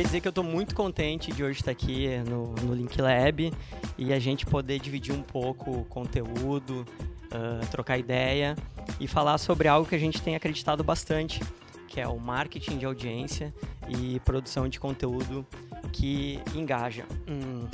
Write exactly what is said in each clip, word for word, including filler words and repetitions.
dizer que eu estou muito contente de hoje estar aqui no, no Link Lab e a gente poder dividir um pouco o conteúdo, uh, trocar ideia e falar sobre algo que a gente tem acreditado bastante, que é o marketing de audiência e produção de conteúdo que engaja. Hum.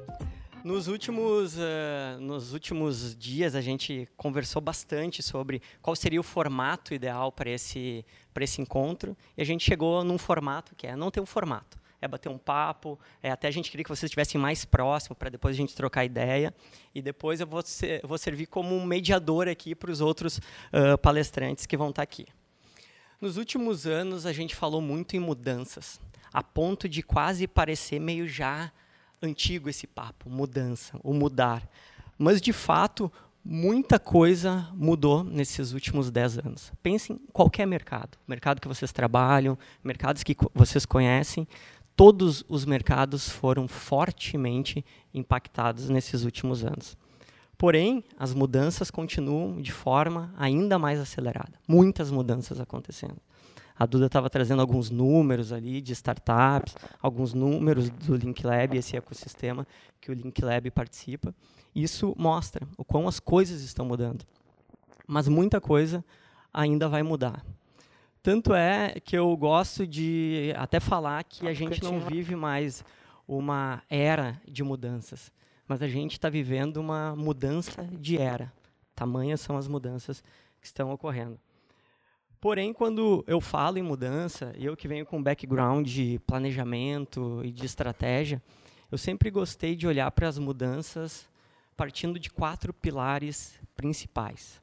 Nos últimos, uh, nos últimos dias, a gente conversou bastante sobre qual seria o formato ideal para esse, para esse encontro. E a gente chegou num formato que é não ter um formato. É bater um papo. É, até a gente queria que vocês estivessem mais próximos para depois a gente trocar ideia. E depois eu vou, ser, vou servir como um mediador aqui para os outros uh, palestrantes que vão estar aqui. Nos últimos anos, a gente falou muito em mudanças, a ponto de quase parecer meio já antigo esse papo, mudança, o mudar. Mas, de fato, muita coisa mudou nesses últimos dez anos. Pensem em qualquer mercado, mercado que vocês trabalham, mercados que vocês conhecem, todos os mercados foram fortemente impactados nesses últimos anos. Porém, as mudanças continuam de forma ainda mais acelerada. Muitas mudanças acontecendo. A Duda estava trazendo alguns números ali de startups, alguns números do Link Lab, esse ecossistema que o Link Lab participa. Isso mostra o quão as coisas estão mudando. Mas muita coisa ainda vai mudar. Tanto é que eu gosto de até falar que a gente não vive mais uma era de mudanças, mas a gente está vivendo uma mudança de era. Tamanhas são as mudanças que estão ocorrendo. Porém, quando eu falo em mudança, eu que venho com um background de planejamento e de estratégia, eu sempre gostei de olhar para as mudanças partindo de quatro pilares principais.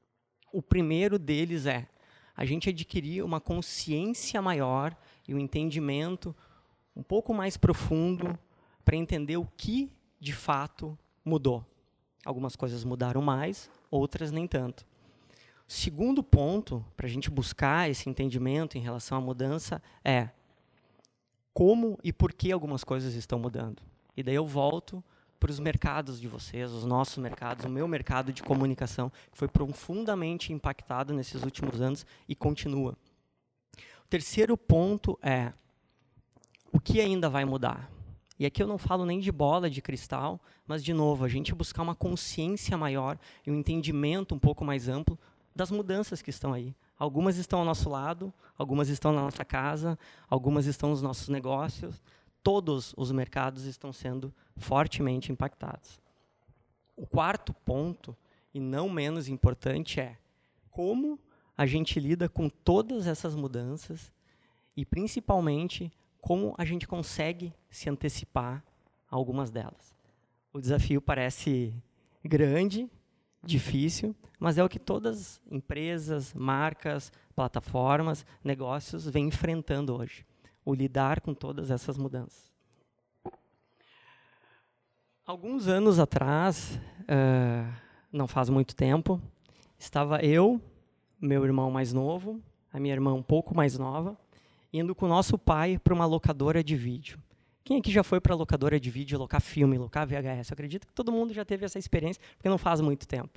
O primeiro deles é a gente adquirir uma consciência maior e um entendimento um pouco mais profundo para entender o que, de fato, mudou. Algumas coisas mudaram mais, outras nem tanto. Segundo ponto, para a gente buscar esse entendimento em relação à mudança, é como e por que algumas coisas estão mudando. E daí eu volto para os mercados de vocês, os nossos mercados, o meu mercado de comunicação, que foi profundamente impactado nesses últimos anos e continua. O terceiro ponto é o que ainda vai mudar. E aqui eu não falo nem de bola de cristal, mas, de novo, a gente buscar uma consciência maior e um entendimento um pouco mais amplo das mudanças que estão aí. Algumas estão ao nosso lado, algumas estão na nossa casa, algumas estão nos nossos negócios. Todos os mercados estão sendo fortemente impactados. O quarto ponto, e não menos importante, é como a gente lida com todas essas mudanças e, principalmente, como a gente consegue se antecipar a algumas delas. O desafio parece grande, difícil, mas é o que todas as empresas, marcas, plataformas, negócios vêm enfrentando hoje. O lidar com todas essas mudanças. Alguns anos atrás, uh, não faz muito tempo, estava eu, meu irmão mais novo, a minha irmã um pouco mais nova, indo com o nosso pai para uma locadora de vídeo. Quem aqui já foi para a locadora de vídeo, locar filme, locar V H S? Eu acredito que todo mundo já teve essa experiência, porque não faz muito tempo.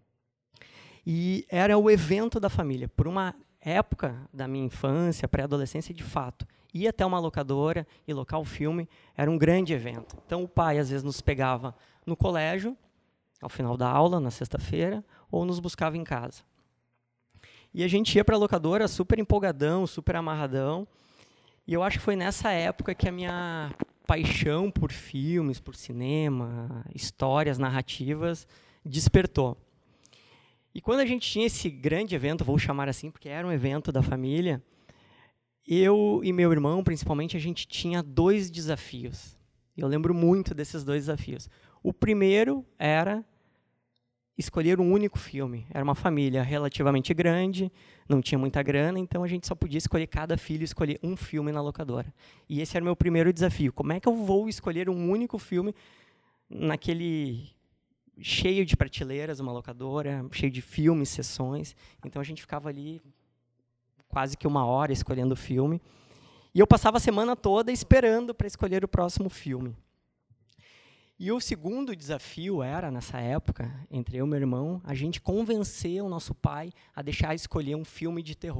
E era o evento da família. Por uma época da minha infância, pré-adolescência, de fato, ir até uma locadora e locar o filme era um grande evento. Então, o pai, às vezes, nos pegava no colégio, ao final da aula, na sexta-feira, ou nos buscava em casa. E a gente ia para a locadora super empolgadão, super amarradão. E eu acho que foi nessa época que a minha paixão por filmes, por cinema, histórias, narrativas, despertou. E quando a gente tinha esse grande evento, vou chamar assim, porque era um evento da família, eu e meu irmão, principalmente, a gente tinha dois desafios. Eu lembro muito desses dois desafios. O primeiro era escolher um único filme. Era uma família relativamente grande, não tinha muita grana, então a gente só podia escolher, cada filho escolher um filme na locadora. E esse era o meu primeiro desafio. Como é que eu vou escolher um único filme naquele cheio de prateleiras, uma locadora, cheio de filmes, sessões. Então a gente ficava ali quase que uma hora escolhendo o filme. E eu passava a semana toda esperando para escolher o próximo filme. E o segundo desafio era, nessa época, entre eu e meu irmão, a gente convencer o nosso pai a deixar escolher um filme de terror.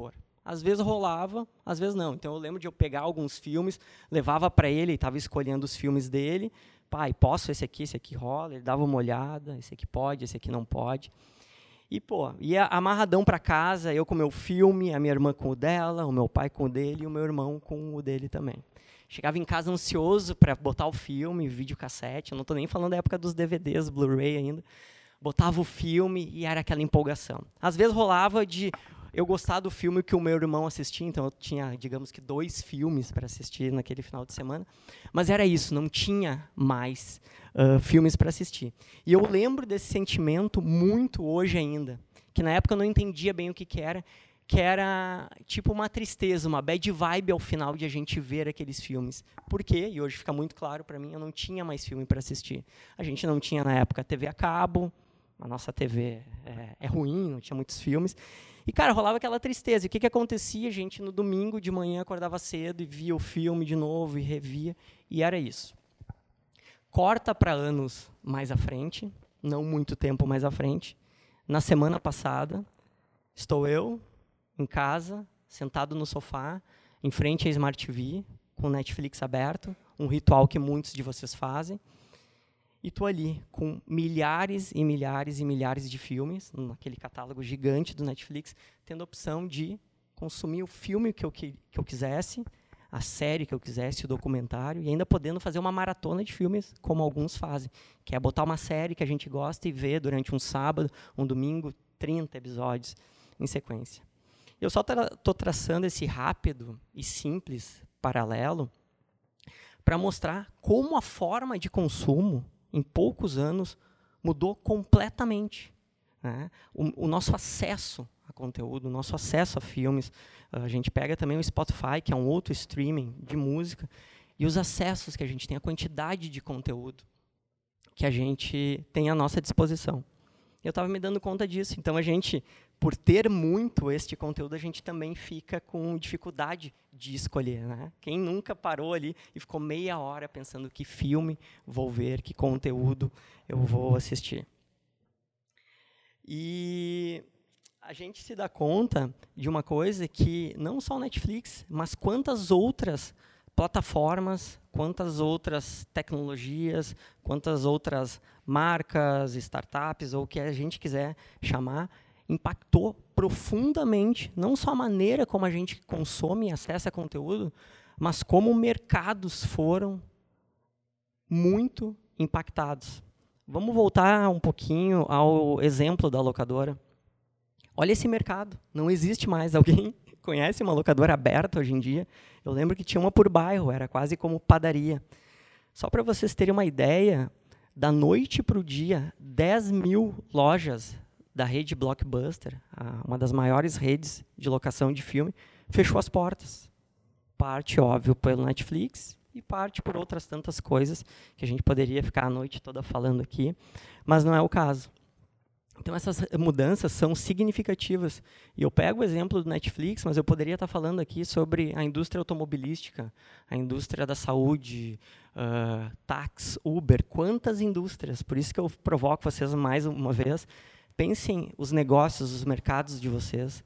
Às vezes rolava, às vezes não. Então eu lembro de eu pegar alguns filmes, levava para ele, ele estava escolhendo os filmes dele. Pai, posso esse aqui, esse aqui rola? Ele dava uma olhada, esse aqui pode, esse aqui não pode. E, pô, ia amarradão para casa, eu com o meu filme, a minha irmã com o dela, o meu pai com o dele e o meu irmão com o dele também. Chegava em casa ansioso para botar o filme, videocassete, eu não estou nem falando da época dos D V Ds, Blu-ray ainda. Botava o filme e era aquela empolgação. Às vezes rolava de eu gostar do filme que o meu irmão assistia, então eu tinha, digamos que, dois filmes para assistir naquele final de semana. Mas era isso, não tinha mais uh, filmes para assistir. E eu lembro desse sentimento muito hoje ainda, que na época eu não entendia bem o que, que era, que era tipo uma tristeza, uma bad vibe ao final de a gente ver aqueles filmes. Por quê? E hoje fica muito claro para mim, eu não tinha mais filme para assistir. A gente não tinha, na época, T V a cabo, a nossa T V é, é ruim, não tinha muitos filmes. E, cara, rolava aquela tristeza. E o que, que acontecia? A gente, no domingo de manhã, acordava cedo e via o filme de novo e revia. E era isso. Corta para anos mais à frente, não muito tempo mais à frente. Na semana passada, estou eu, em casa, sentado no sofá, em frente à Smart T V, com o Netflix aberto, um ritual que muitos de vocês fazem. E estou ali, com milhares e milhares e milhares de filmes, naquele catálogo gigante do Netflix, tendo a opção de consumir o filme que eu, que, que eu quisesse, a série que eu quisesse, o documentário, e ainda podendo fazer uma maratona de filmes, como alguns fazem, que é botar uma série que a gente gosta e ver durante um sábado, um domingo, trinta episódios em sequência. Eu só estou traçando esse rápido e simples paralelo para mostrar como a forma de consumo em poucos anos, mudou completamente. Né? O, o nosso acesso a conteúdo, o nosso acesso a filmes, a gente pega também o Spotify, que é um outro streaming de música, e os acessos que a gente tem, a quantidade de conteúdo que a gente tem à nossa disposição. Eu estava me dando conta disso. Então, a gente, por ter muito este conteúdo, a gente também fica com dificuldade de escolher. Né? Quem nunca parou ali e ficou meia hora pensando que filme vou ver, que conteúdo eu vou assistir. E a gente se dá conta de uma coisa que não só o Netflix, mas quantas outras plataformas, quantas outras tecnologias, quantas outras marcas, startups, ou o que a gente quiser chamar, impactou profundamente, não só a maneira como a gente consome e acessa conteúdo, mas como mercados foram muito impactados. Vamos voltar um pouquinho ao exemplo da locadora. Olha esse mercado, não existe mais. Alguém conhece uma locadora aberta hoje em dia? Eu lembro que tinha uma por bairro, era quase como padaria. Só para vocês terem uma ideia, da noite para o dia, dez mil lojas da rede Blockbuster, uma das maiores redes de locação de filme, fechou as portas. Parte, óbvio, pelo Netflix e parte por outras tantas coisas que a gente poderia ficar a noite toda falando aqui, mas não é o caso. Então, essas mudanças são significativas. E eu pego o exemplo do Netflix, mas eu poderia estar falando aqui sobre a indústria automobilística, a indústria da saúde, uh, táxi, Uber, quantas indústrias. Por isso que eu provoco vocês mais uma vez. Pensem os negócios, os mercados de vocês,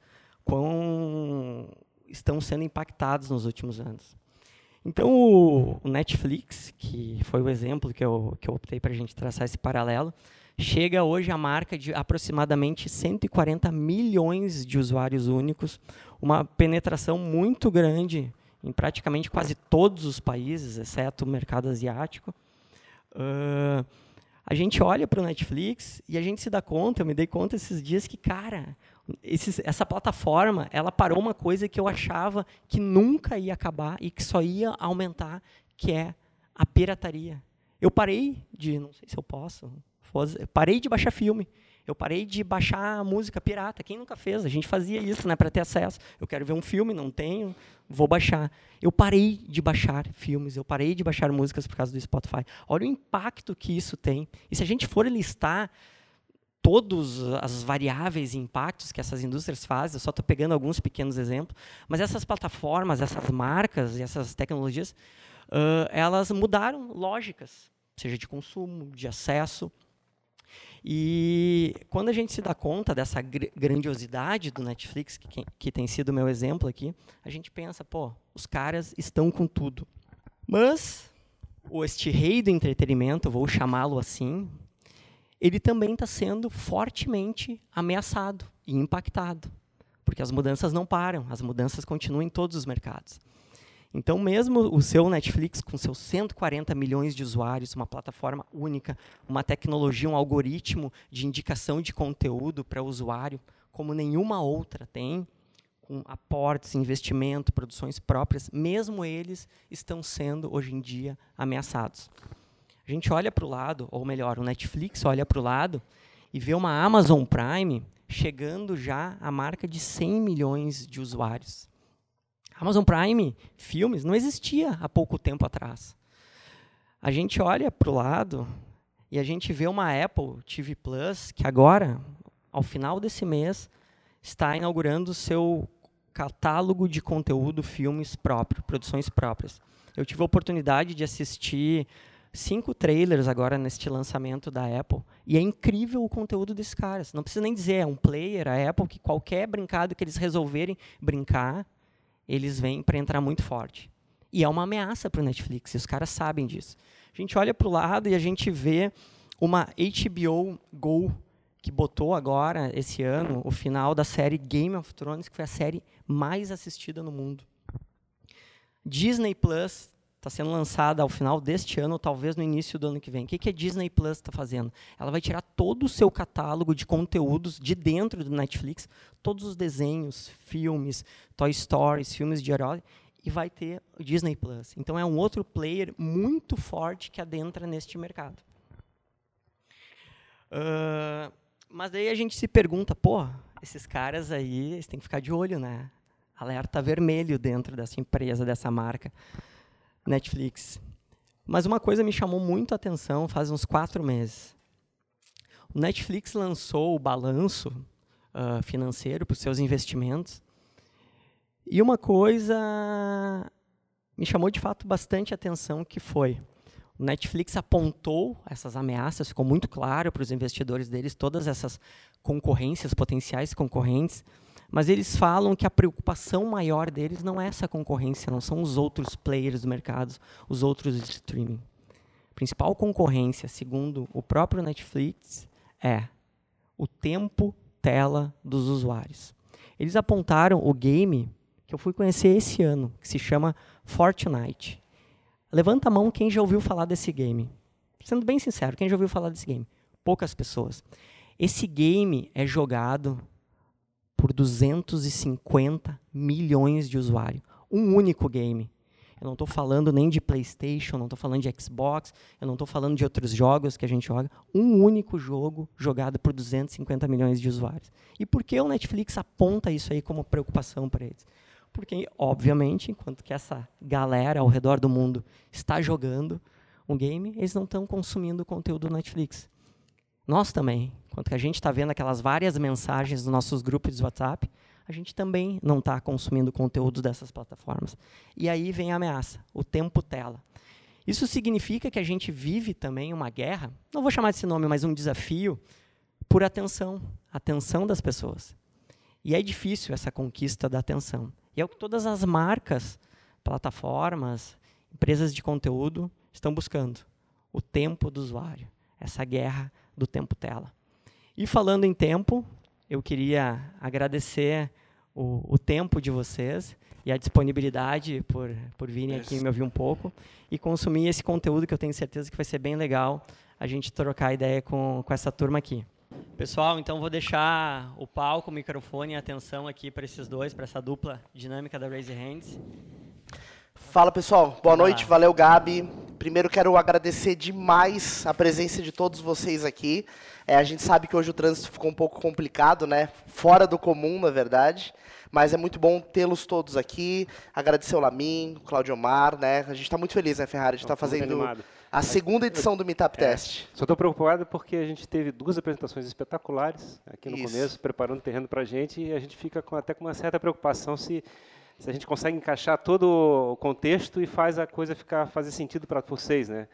quão estão sendo impactados nos últimos anos. Então, o Netflix, que foi o exemplo que eu, que eu optei para a gente traçar esse paralelo, chega hoje à marca de aproximadamente cento e quarenta milhões de usuários únicos, uma penetração muito grande em praticamente quase todos os países, exceto o mercado asiático. Uh, a gente olha para o Netflix e a gente se dá conta, eu me dei conta esses dias que, cara, esses, essa plataforma, ela parou uma coisa que eu achava que nunca ia acabar e que só ia aumentar, que é a pirataria. Eu parei de, não sei se eu posso... Parei de baixar filme, eu parei de baixar música pirata. Quem nunca fez? A gente fazia isso, né, para ter acesso. Eu quero ver um filme, não tenho, vou baixar. Eu parei de baixar filmes, eu parei de baixar músicas por causa do Spotify. Olha o impacto que isso tem. E se a gente for listar todas as variáveis e impactos que essas indústrias fazem, eu só estou pegando alguns pequenos exemplos, mas essas plataformas, essas marcas e essas tecnologias, uh, elas mudaram lógicas, seja de consumo, de acesso. E quando a gente se dá conta dessa gr grandiosidade do Netflix, que, que tem sido o meu exemplo aqui, a gente pensa, pô, os caras estão com tudo. Mas este rei do entretenimento, vou chamá-lo assim, ele também está sendo fortemente ameaçado e impactado, porque as mudanças não param, as mudanças continuam em todos os mercados. Então, mesmo o seu Netflix, com seus cento e quarenta milhões de usuários, uma plataforma única, uma tecnologia, um algoritmo de indicação de conteúdo para o usuário, como nenhuma outra tem, com aportes, investimento, produções próprias, mesmo eles estão sendo, hoje em dia, ameaçados. A gente olha para o lado, ou melhor, o Netflix olha para o lado e vê uma Amazon Prime chegando já à marca de cem milhões de usuários. Amazon Prime Filmes não existia há pouco tempo atrás. A gente olha para o lado e a gente vê uma Apple T V Plus que agora, ao final desse mês, está inaugurando o seu catálogo de conteúdo, filmes próprios, produções próprias. Eu tive a oportunidade de assistir cinco trailers agora neste lançamento da Apple e é incrível o conteúdo desses caras. Não precisa nem dizer, é um player, a Apple, que qualquer brincado que eles resolverem brincar, eles vêm para entrar muito forte. E é uma ameaça para o Netflix, e os caras sabem disso. A gente olha para o lado e a gente vê uma H B O Go, que botou agora, esse ano, o final da série Game of Thrones, que foi a série mais assistida no mundo. Disney Plus está sendo lançada ao final deste ano, ou talvez no início do ano que vem. O que, que a Disney Plus está fazendo? Ela vai tirar todo o seu catálogo de conteúdos de dentro do Netflix, todos os desenhos, filmes, Toy Stories, filmes de herói, e vai ter o Disney Plus. Então, é um outro player muito forte que adentra neste mercado. Uh, mas daí a gente se pergunta, pô, esses caras aí, eles têm que ficar de olho, né? Alerta vermelho dentro dessa empresa, dessa marca Netflix. Mas uma coisa me chamou muito a atenção faz uns quatro meses. O Netflix lançou o balanço uh, financeiro para os seus investimentos. E uma coisa me chamou, de fato, bastante atenção, que foi: o Netflix apontou essas ameaças, ficou muito claro para os investidores deles, todas essas concorrências, potenciais concorrentes, mas eles falam que a preocupação maior deles não é essa concorrência, não são os outros players do mercado, os outros streaming. A principal concorrência, segundo o próprio Netflix, é o tempo tela dos usuários. Eles apontaram o game que eu fui conhecer esse ano, que se chama Fortnite. Levanta a mão quem já ouviu falar desse game. Sendo bem sincero, quem já ouviu falar desse game? Poucas pessoas. Esse game é jogado por duzentos e cinquenta milhões de usuários. Um único game. Eu não estou falando nem de PlayStation, não estou falando de Xbox, eu não estou falando de outros jogos que a gente joga. Um único jogo jogado por duzentos e cinquenta milhões de usuários. E por que o Netflix aponta isso aí como preocupação para eles? Porque, obviamente, enquanto que essa galera ao redor do mundo está jogando um game, eles não estão consumindo o conteúdo do Netflix. Nós também, enquanto que a gente está vendo aquelas várias mensagens dos nossos grupos de WhatsApp, a gente também não está consumindo conteúdo dessas plataformas. E aí vem a ameaça, o tempo tela. Isso significa que a gente vive também uma guerra, não vou chamar desse nome, mas um desafio, por atenção, atenção das pessoas. E é difícil essa conquista da atenção. E é o que todas as marcas, plataformas, empresas de conteúdo estão buscando. O tempo do usuário. Essa guerra do tempo tela. E falando em tempo, eu queria agradecer o, o tempo de vocês e a disponibilidade por, por virem aqui me ouvir um pouco e consumir esse conteúdo que eu tenho certeza que vai ser bem legal a gente trocar ideia com, com essa turma aqui. Pessoal, então vou deixar o palco, o microfone e a atenção aqui para esses dois, para essa dupla dinâmica da Raise Hands. Fala, pessoal. Boa noite. Valeu, Gabi. Primeiro, quero agradecer demais a presença de todos vocês aqui. É, a gente sabe que hoje o trânsito ficou um pouco complicado, né? Fora do comum, na verdade. Mas é muito bom tê-los todos aqui. Agradecer o Lamin, o Claudio Omar, né? A gente está muito feliz, né, Ferrari? A gente está fazendo a segunda edição do Meetup é, Test. Só estou preocupado porque a gente teve duas apresentações espetaculares aqui no Isso. começo, preparando o terreno para a gente, e a gente fica com, até com uma certa preocupação se... se a gente consegue encaixar todo o contexto e faz a coisa ficar, fazer sentido para vocês, né?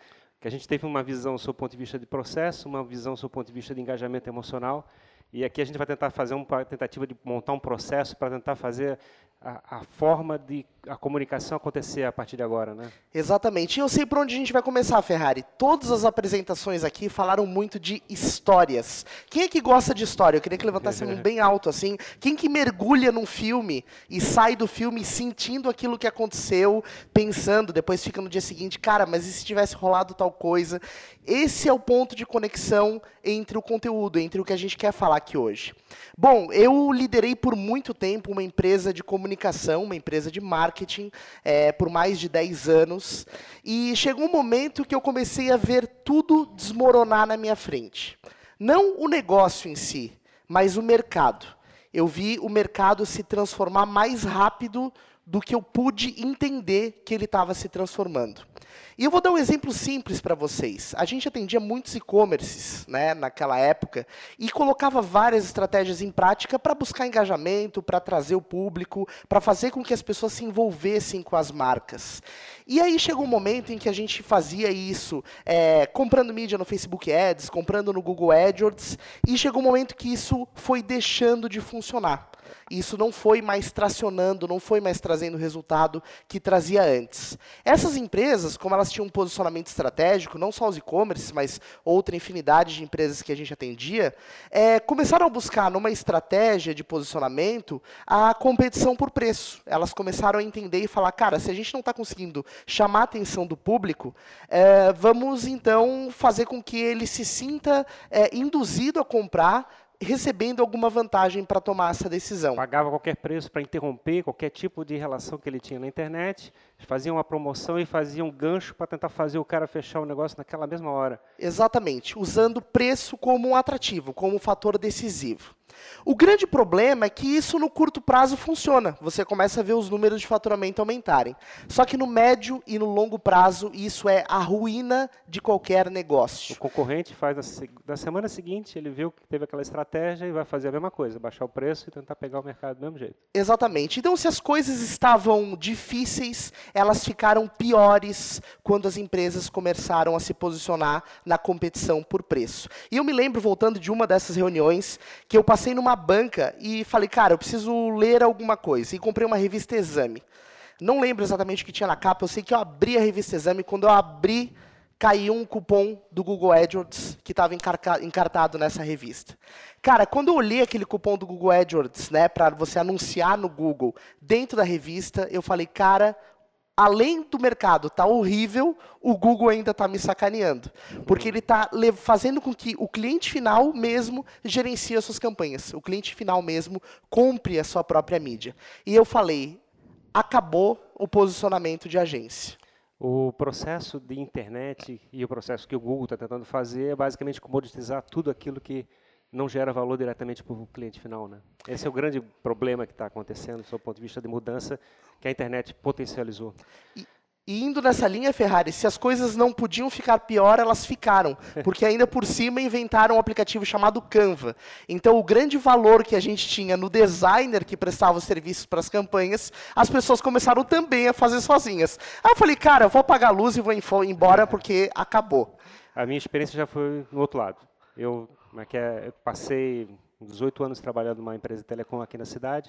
que a gente teve uma visão sob o ponto de vista de processo, uma visão sob o ponto de vista de engajamento emocional, e aqui a gente vai tentar fazer uma tentativa de montar um processo para tentar fazer a, a forma de a comunicação acontecer a partir de agora, né? Exatamente. E eu sei por onde a gente vai começar, Ferrari. Todas as apresentações aqui falaram muito de histórias. Quem é que gosta de história? Eu queria que levantasse a mão bem alto, assim. Quem que mergulha num filme e sai do filme sentindo aquilo que aconteceu, pensando, depois fica no dia seguinte, cara, mas e se tivesse rolado tal coisa? Esse é o ponto de conexão entre o conteúdo, entre o que a gente quer falar aqui hoje. Bom, eu liderei por muito tempo uma empresa de comunicação, uma empresa de marketing, é, por mais de dez anos, e chegou um momento que eu comecei a ver tudo desmoronar na minha frente. Não o negócio em si, mas o mercado. Eu vi o mercado se transformar mais rápido do que eu pude entender que ele estava se transformando. E eu vou dar um exemplo simples para vocês. A gente atendia muitos e-commerces, né, naquela época e colocava várias estratégias em prática para buscar engajamento, para trazer o público, para fazer com que as pessoas se envolvessem com as marcas. E aí chegou um momento em que a gente fazia isso, é, comprando mídia no Facebook Ads, comprando no Google AdWords, e chegou um momento que isso foi deixando de funcionar. Isso não foi mais tracionando, não foi mais trazendo o resultado que trazia antes. Essas empresas, como elas tinham um posicionamento estratégico, não só os e-commerces, mas outra infinidade de empresas que a gente atendia, é, começaram a buscar numa estratégia de posicionamento a competição por preço. Elas começaram a entender e falar, cara, se a gente não está conseguindo chamar a atenção do público, é, vamos então fazer com que ele se sinta é, induzido a comprar, recebendo alguma vantagem para tomar essa decisão. Pagava qualquer preço para interromper qualquer tipo de relação que ele tinha na internet, faziam uma promoção e faziam um gancho para tentar fazer o cara fechar o negócio naquela mesma hora. Exatamente, usando preço como um atrativo, como um fator decisivo. O grande problema é que isso no curto prazo funciona. Você começa a ver os números de faturamento aumentarem. Só que no médio e no longo prazo, isso é a ruína de qualquer negócio. O concorrente faz na, na semana seguinte, ele viu que teve aquela estratégia e vai fazer a mesma coisa, baixar o preço e tentar pegar o mercado do mesmo jeito. Exatamente. Então, se as coisas estavam difíceis, elas ficaram piores quando as empresas começaram a se posicionar na competição por preço. E eu me lembro, voltando de uma dessas reuniões, que eu passei numa banca e falei, cara, eu preciso ler alguma coisa. E comprei uma revista Exame. Não lembro exatamente o que tinha na capa, eu sei que eu abri a revista Exame, e quando eu abri, caiu um cupom do Google AdWords que estava encartado nessa revista. Cara, quando eu olhei aquele cupom do Google AdWords, né, para você anunciar no Google dentro da revista, eu falei, cara, além do mercado tá horrível, o Google ainda está me sacaneando. Porque ele está fazendo com que o cliente final mesmo gerencie as suas campanhas. O cliente final mesmo compre a sua própria mídia. E eu falei, acabou o posicionamento de agência. O processo de internet e o processo que o Google está tentando fazer é basicamente comoditizar tudo aquilo que não gera valor diretamente para o cliente final, né? Esse é o grande problema que está acontecendo, do ponto de vista de mudança, que a internet potencializou. E, e indo nessa linha, Ferrari, se as coisas não podiam ficar pior, elas ficaram. Porque ainda por cima inventaram um aplicativo chamado Canva. Então, o grande valor que a gente tinha no designer que prestava os serviços para as campanhas, as pessoas começaram também a fazer sozinhas. Aí eu falei, cara, eu vou apagar a luz e vou embora porque acabou. A minha experiência já foi no outro lado. Eu... Eu passei dezoito anos trabalhando numa empresa de telecom aqui na cidade,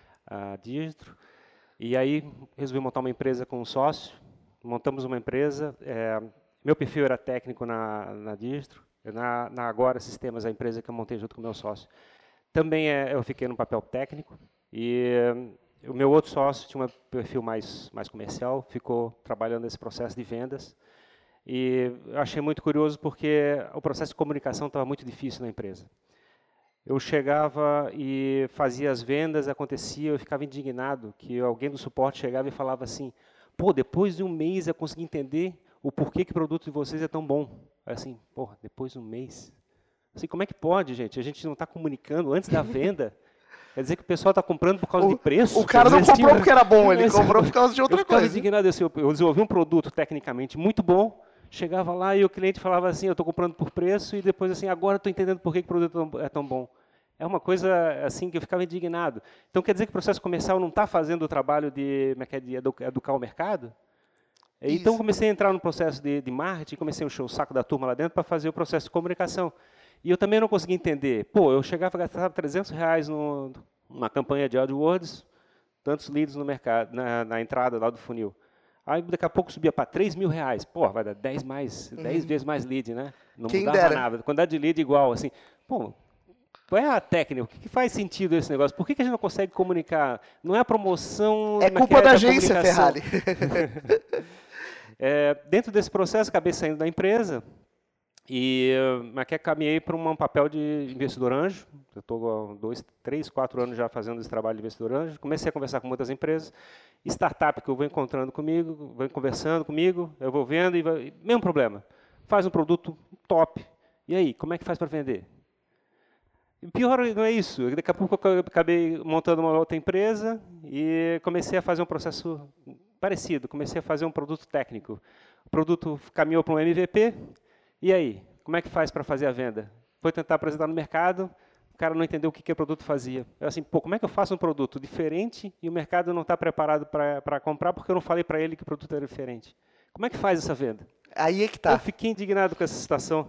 a Distro, e aí resolvi montar uma empresa com um sócio, montamos uma empresa, é, meu perfil era técnico na, na Distro, na, na Agora Sistemas, a empresa que eu montei junto com o meu sócio. Também é, eu fiquei no papel técnico, e o meu outro sócio tinha um perfil mais, mais comercial, ficou trabalhando nesse processo de vendas. E eu achei muito curioso porque o processo de comunicação estava muito difícil na empresa. Eu chegava e fazia as vendas, acontecia, eu ficava indignado que alguém do suporte chegava e falava assim, pô, depois de um mês eu consegui entender o porquê que o produto de vocês é tão bom. Assim, pô, depois de um mês? Assim, como é que pode, gente? A gente não está comunicando antes da venda? Quer dizer que o pessoal está comprando por causa o, de preço? O cara não dizer, comprou tipo, porque era bom, ele comprou por causa de outra eu ficava coisa. indignado, assim, eu desenvolvi um produto tecnicamente muito bom, chegava lá e o cliente falava assim, eu estou comprando por preço, e depois assim, agora estou entendendo por que, que o produto é tão bom. É uma coisa assim que eu ficava indignado. Então quer dizer que o processo comercial não está fazendo o trabalho de, de educar o mercado? Isso. Então, comecei a entrar no processo de, de marketing, comecei a encher o saco da turma lá dentro para fazer o processo de comunicação. E eu também não conseguia entender. Pô, eu chegava a gastar trezentos reais no, numa campanha de AdWords, tantos leads no mercado, na, na entrada lá do funil. Aí, daqui a pouco, subia para três mil reais. Pô, vai dar dez, mais, uhum. dez vezes mais lead, né? Não Quem mudava dera. nada. Quantidade de lead igual, assim. Pô, qual é a técnica? O que, que faz sentido esse negócio? Por que, que a gente não consegue comunicar? Não é a promoção... É culpa da agência, Ferrari. é, dentro desse processo, acabei saindo da empresa e uh, caminhei para um papel de investidor anjo. Eu estou há dois, três, quatro anos já fazendo esse trabalho de investidor anjo. Comecei a conversar com muitas empresas. Startup que eu vou encontrando comigo, vou conversando comigo, eu vou vendo e vai, mesmo problema. Faz um produto top. E aí, como é que faz para vender? E pior não é isso. Daqui a pouco eu acabei montando uma outra empresa e comecei a fazer um processo parecido. Comecei a fazer um produto técnico. O produto caminhou para um M V P. E aí, como é que faz para fazer a venda? Foi tentar apresentar no mercado, o cara não entendeu o que, que o produto fazia. Eu assim, pô, como é que eu faço um produto diferente e o mercado não está preparado para comprar porque eu não falei para ele que o produto era diferente? Como é que faz essa venda? Aí é que tá. Eu fiquei indignado com essa situação.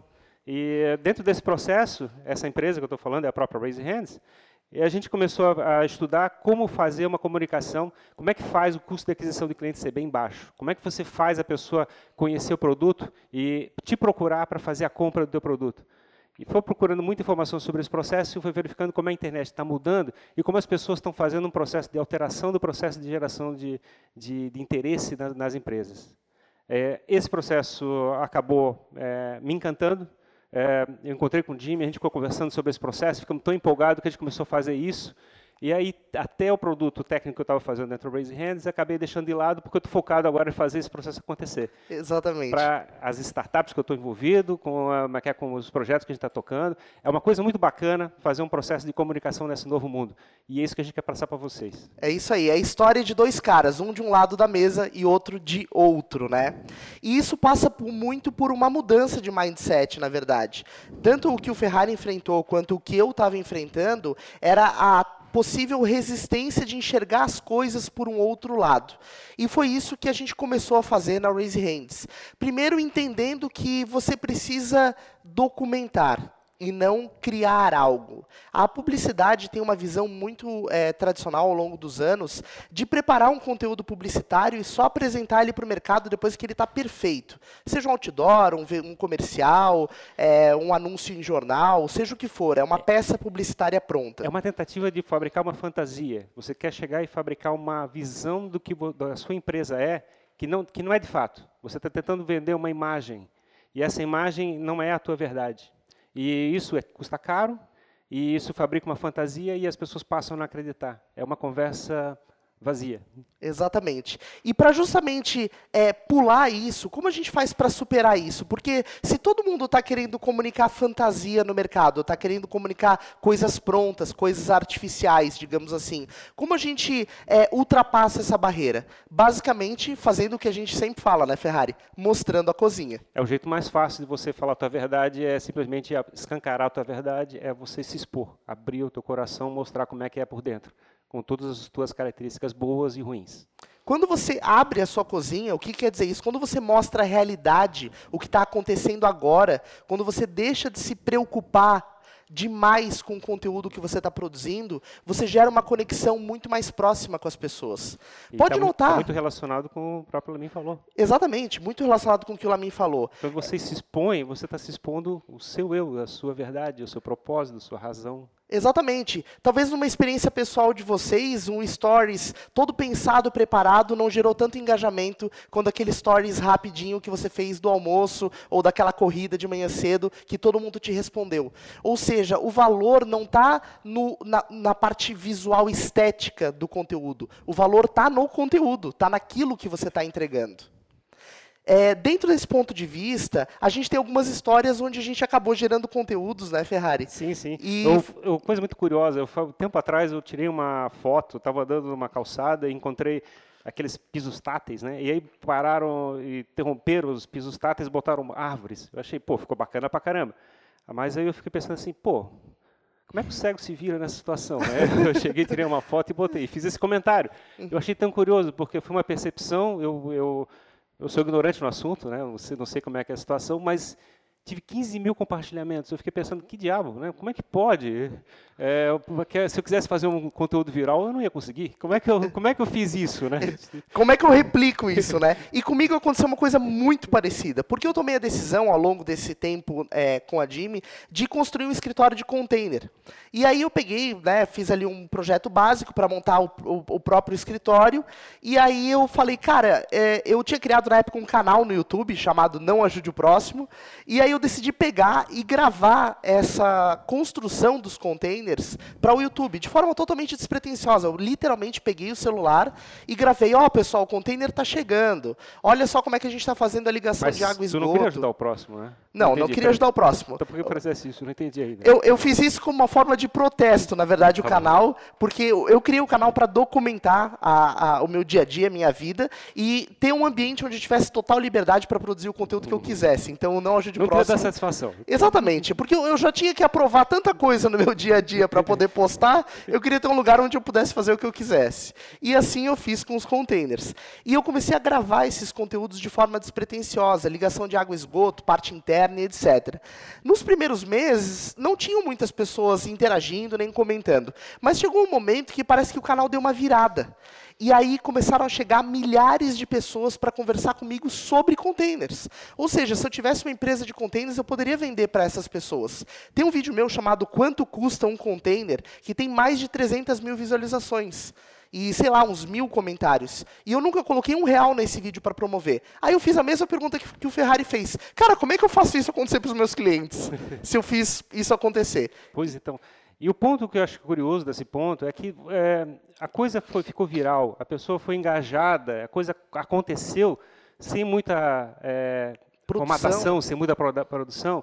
E dentro desse processo, essa empresa que eu estou falando é a própria Raise Hands, e a gente começou a, a estudar como fazer uma comunicação, como é que faz o custo de aquisição de cliente ser bem baixo, como é que você faz a pessoa conhecer o produto e te procurar para fazer a compra do teu produto. E foi procurando muita informação sobre esse processo e foi verificando como a internet está mudando e como as pessoas estão fazendo um processo de alteração do processo de geração de, de, de interesse nas, nas empresas. É, esse processo acabou é, me encantando. É, eu encontrei com o Jimmy, a gente ficou conversando sobre esse processo, ficamos tão empolgados que a gente começou a fazer isso. E aí, até o produto técnico que eu estava fazendo dentro do Raise Hands, acabei deixando de lado, porque eu estou focado agora em fazer esse processo acontecer. Exatamente. Para as startups que eu estou envolvido, com, a, com os projetos que a gente está tocando. É uma coisa muito bacana fazer um processo de comunicação nesse novo mundo. E é isso que a gente quer passar para vocês. É isso aí, é a história de dois caras, um de um lado da mesa e outro de outro, né? E isso passa por, muito por uma mudança de mindset, na verdade. Tanto o que o Ferrari enfrentou, quanto o que eu estava enfrentando, era a possível resistência de enxergar as coisas por um outro lado. E foi isso que a gente começou a fazer na Raise Hands. Primeiro, entendendo que você precisa documentar e não criar algo. A publicidade tem uma visão muito é, tradicional ao longo dos anos de preparar um conteúdo publicitário e só apresentar ele para o mercado depois que ele está perfeito. Seja um outdoor, um, um comercial, é, um anúncio em jornal, seja o que for, é uma peça publicitária pronta. É uma tentativa de fabricar uma fantasia. Você quer chegar e fabricar uma visão do que a sua empresa é, que não, que não é de fato. Você está tentando vender uma imagem, e essa imagem não é a tua verdade. E isso é, custa caro, e isso fabrica uma fantasia e as pessoas passam a não acreditar. É uma conversa vazia. Exatamente. E para justamente é, pular isso, como a gente faz para superar isso? Porque se todo mundo está querendo comunicar fantasia no mercado, está querendo comunicar coisas prontas, coisas artificiais, digamos assim, como a gente é, ultrapassa essa barreira? Basicamente, fazendo o que a gente sempre fala, né, Ferrari? Mostrando a cozinha. É o jeito mais fácil de você falar a tua verdade, é simplesmente escancarar a tua verdade, é você se expor, abrir o teu coração, mostrar como é que é por dentro, com todas as tuas características boas e ruins. Quando você abre a sua cozinha, o que quer dizer isso? Quando você mostra a realidade, o que está acontecendo agora, quando você deixa de se preocupar demais com o conteúdo que você está produzindo, você gera uma conexão muito mais próxima com as pessoas. E Pode tá notar... Muito, tá muito relacionado com o próprio Lamin falou. Exatamente, muito relacionado com o que o Lamin falou. Quando você se expõe, você está se expondo o seu eu, a sua verdade, o seu propósito, a sua razão. Exatamente. Talvez numa experiência pessoal de vocês, um stories todo pensado, preparado, não gerou tanto engajamento quanto aquele stories rapidinho que você fez do almoço ou daquela corrida de manhã cedo que todo mundo te respondeu. Ou seja, o valor não está na, na parte visual estética do conteúdo. O valor está no conteúdo, está naquilo que você está entregando. É, dentro desse ponto de vista, a gente tem algumas histórias onde a gente acabou gerando conteúdos, né, Ferrari? Sim, sim. E... Eu, eu, coisa muito curiosa, eu, um tempo atrás eu tirei uma foto, estava andando numa calçada e encontrei aqueles pisos táteis, né? E aí pararam e interromperam os pisos táteis e botaram árvores. Eu achei, pô, ficou bacana pra caramba. Mas aí eu fiquei pensando assim, pô, como é que o cego se vira nessa situação? Né? Eu cheguei, tirei uma foto e botei, fiz esse comentário. Eu achei tão curioso, porque foi uma percepção, eu... eu eu sou ignorante no assunto, né? Não sei, não sei como é que é a situação, mas tive quinze mil compartilhamentos. Eu fiquei pensando, que diabo, né? Como é que pode? É, porque se eu quisesse fazer um conteúdo viral, eu não ia conseguir. Como é que eu, como é que eu fiz isso, né? Como é que eu replico isso, né? E comigo aconteceu uma coisa muito parecida, porque eu tomei a decisão, ao longo desse tempo é, com a Jimmy, de construir um escritório de container. E aí eu peguei, né, fiz ali um projeto básico para montar o, o, o próprio escritório, e aí eu falei, cara, é, eu tinha criado na época um canal no YouTube chamado Não Ajude o Próximo, e aí eu decidi pegar e gravar essa construção dos containers para o YouTube, de forma totalmente despretensiosa. Eu literalmente peguei o celular e gravei, ó, oh, pessoal, o container está chegando, olha só como é que a gente está fazendo a ligação Mas de água e esgoto. Mas tu não queria ajudar o próximo, né? Não, não, não queria ajudar o próximo. Então por que fizesse isso? Eu não entendi ainda. Eu, eu fiz isso como uma forma de protesto, na verdade, tá o canal, bom. Porque eu, eu criei o canal para documentar a, a, o meu dia a dia, a minha vida, e ter um ambiente onde eu tivesse total liberdade para produzir o conteúdo que eu quisesse. Então, não ajude o próximo. Não queria dar satisfação. Exatamente, porque eu, eu já tinha que aprovar tanta coisa no meu dia a dia para poder postar, eu queria ter um lugar onde eu pudesse fazer o que eu quisesse. E assim eu fiz com os containers. E eu comecei a gravar esses conteúdos de forma despretensiosa, ligação de água e esgoto, parte interna e etcétera. Nos primeiros meses, não tinham muitas pessoas interagindo nem comentando, mas chegou um momento que parece que o canal deu uma virada. E aí começaram a chegar milhares de pessoas para conversar comigo sobre containers. Ou seja, se eu tivesse uma empresa de containers, eu poderia vender para essas pessoas. Tem um vídeo meu chamado Quanto Custa um Container, que tem mais de trezentas mil visualizações. E, sei lá, uns mil comentários. E eu nunca coloquei um real nesse vídeo para promover. Aí eu fiz a mesma pergunta que, que o Ferrari fez. Cara, como é que eu faço isso acontecer para os meus clientes? Se eu fiz isso acontecer. Pois então. E o ponto que eu acho curioso desse ponto é que é, a coisa foi, ficou viral, a pessoa foi engajada, a coisa aconteceu sem muita é, formatação, sem muita produção.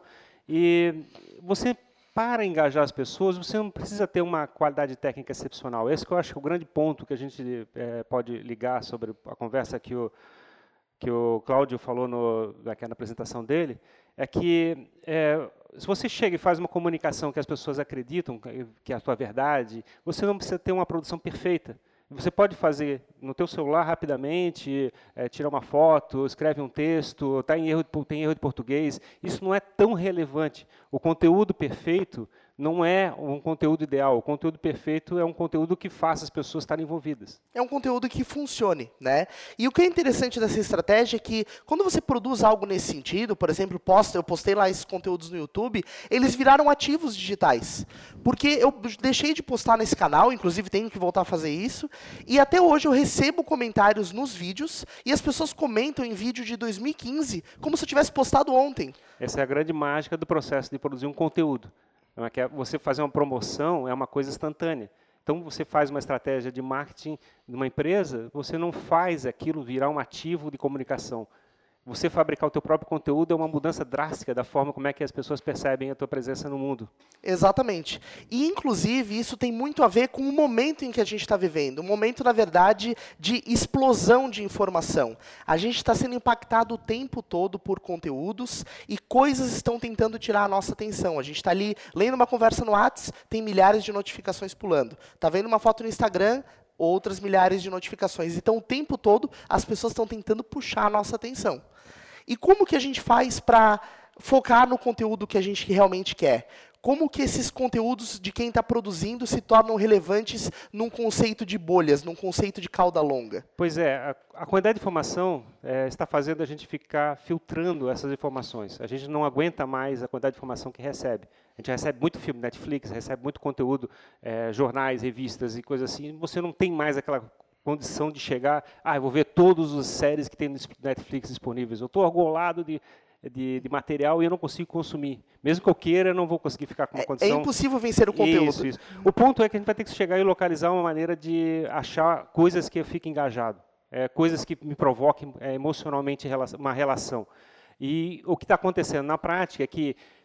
E você, para engajar as pessoas, você não precisa ter uma qualidade técnica excepcional. Esse que eu acho que é o grande ponto que a gente é, pode ligar sobre a conversa que o, que o Cláudio falou no, aqui na apresentação dele, é que é, se você chega e faz uma comunicação que as pessoas acreditam que é a sua verdade, você não precisa ter uma produção perfeita. Você pode fazer no teu celular rapidamente, é, tirar uma foto, escreve um texto, tá em erro, tem erro de português. Isso não é tão relevante. O conteúdo perfeito não é um conteúdo ideal. O conteúdo perfeito é um conteúdo que faça as pessoas estarem envolvidas. É um conteúdo que funcione, né? E o que é interessante dessa estratégia é que, quando você produz algo nesse sentido, por exemplo, posta, eu postei lá esses conteúdos no YouTube, eles viraram ativos digitais. Porque eu deixei de postar nesse canal, inclusive tenho que voltar a fazer isso, e até hoje eu recebo comentários nos vídeos, e as pessoas comentam em vídeo de dois mil e quinze, como se eu tivesse postado ontem. Essa é a grande mágica do processo de produzir um conteúdo. Você fazer uma promoção é uma coisa instantânea. Então, você faz uma estratégia de marketing de uma empresa, você não faz aquilo virar um ativo de comunicação. Você fabricar o teu próprio conteúdo é uma mudança drástica da forma como é que as pessoas percebem a tua presença no mundo. Exatamente. E, inclusive, isso tem muito a ver com o momento em que a gente está vivendo. Um momento, na verdade, de explosão de informação. A gente está sendo impactado o tempo todo por conteúdos e coisas estão tentando tirar a nossa atenção. A gente está ali lendo uma conversa no WhatsApp, tem milhares de notificações pulando. Está vendo uma foto no Instagram, outras milhares de notificações. Então, o tempo todo, as pessoas estão tentando puxar a nossa atenção. E como que a gente faz para focar no conteúdo que a gente realmente quer? Como que esses conteúdos de quem está produzindo se tornam relevantes num conceito de bolhas, num conceito de cauda longa? Pois é, a, a quantidade de informação é, está fazendo a gente ficar filtrando essas informações. A gente não aguenta mais a quantidade de informação que recebe. A gente recebe muito filme Netflix, recebe muito conteúdo, é, jornais, revistas e coisas assim. Você não tem mais aquela condição de chegar, ah, eu vou ver todas as séries que tem no Netflix disponíveis. Eu estou argolado de, de, de material e eu não consigo consumir. Mesmo que eu queira, eu não vou conseguir ficar com uma condição... É impossível vencer o conteúdo. Isso, isso. O ponto é que a gente vai ter que chegar e localizar uma maneira de achar coisas que eu fique engajado, é, coisas que me provoquem é, emocionalmente uma relação. E o que está acontecendo na prática é que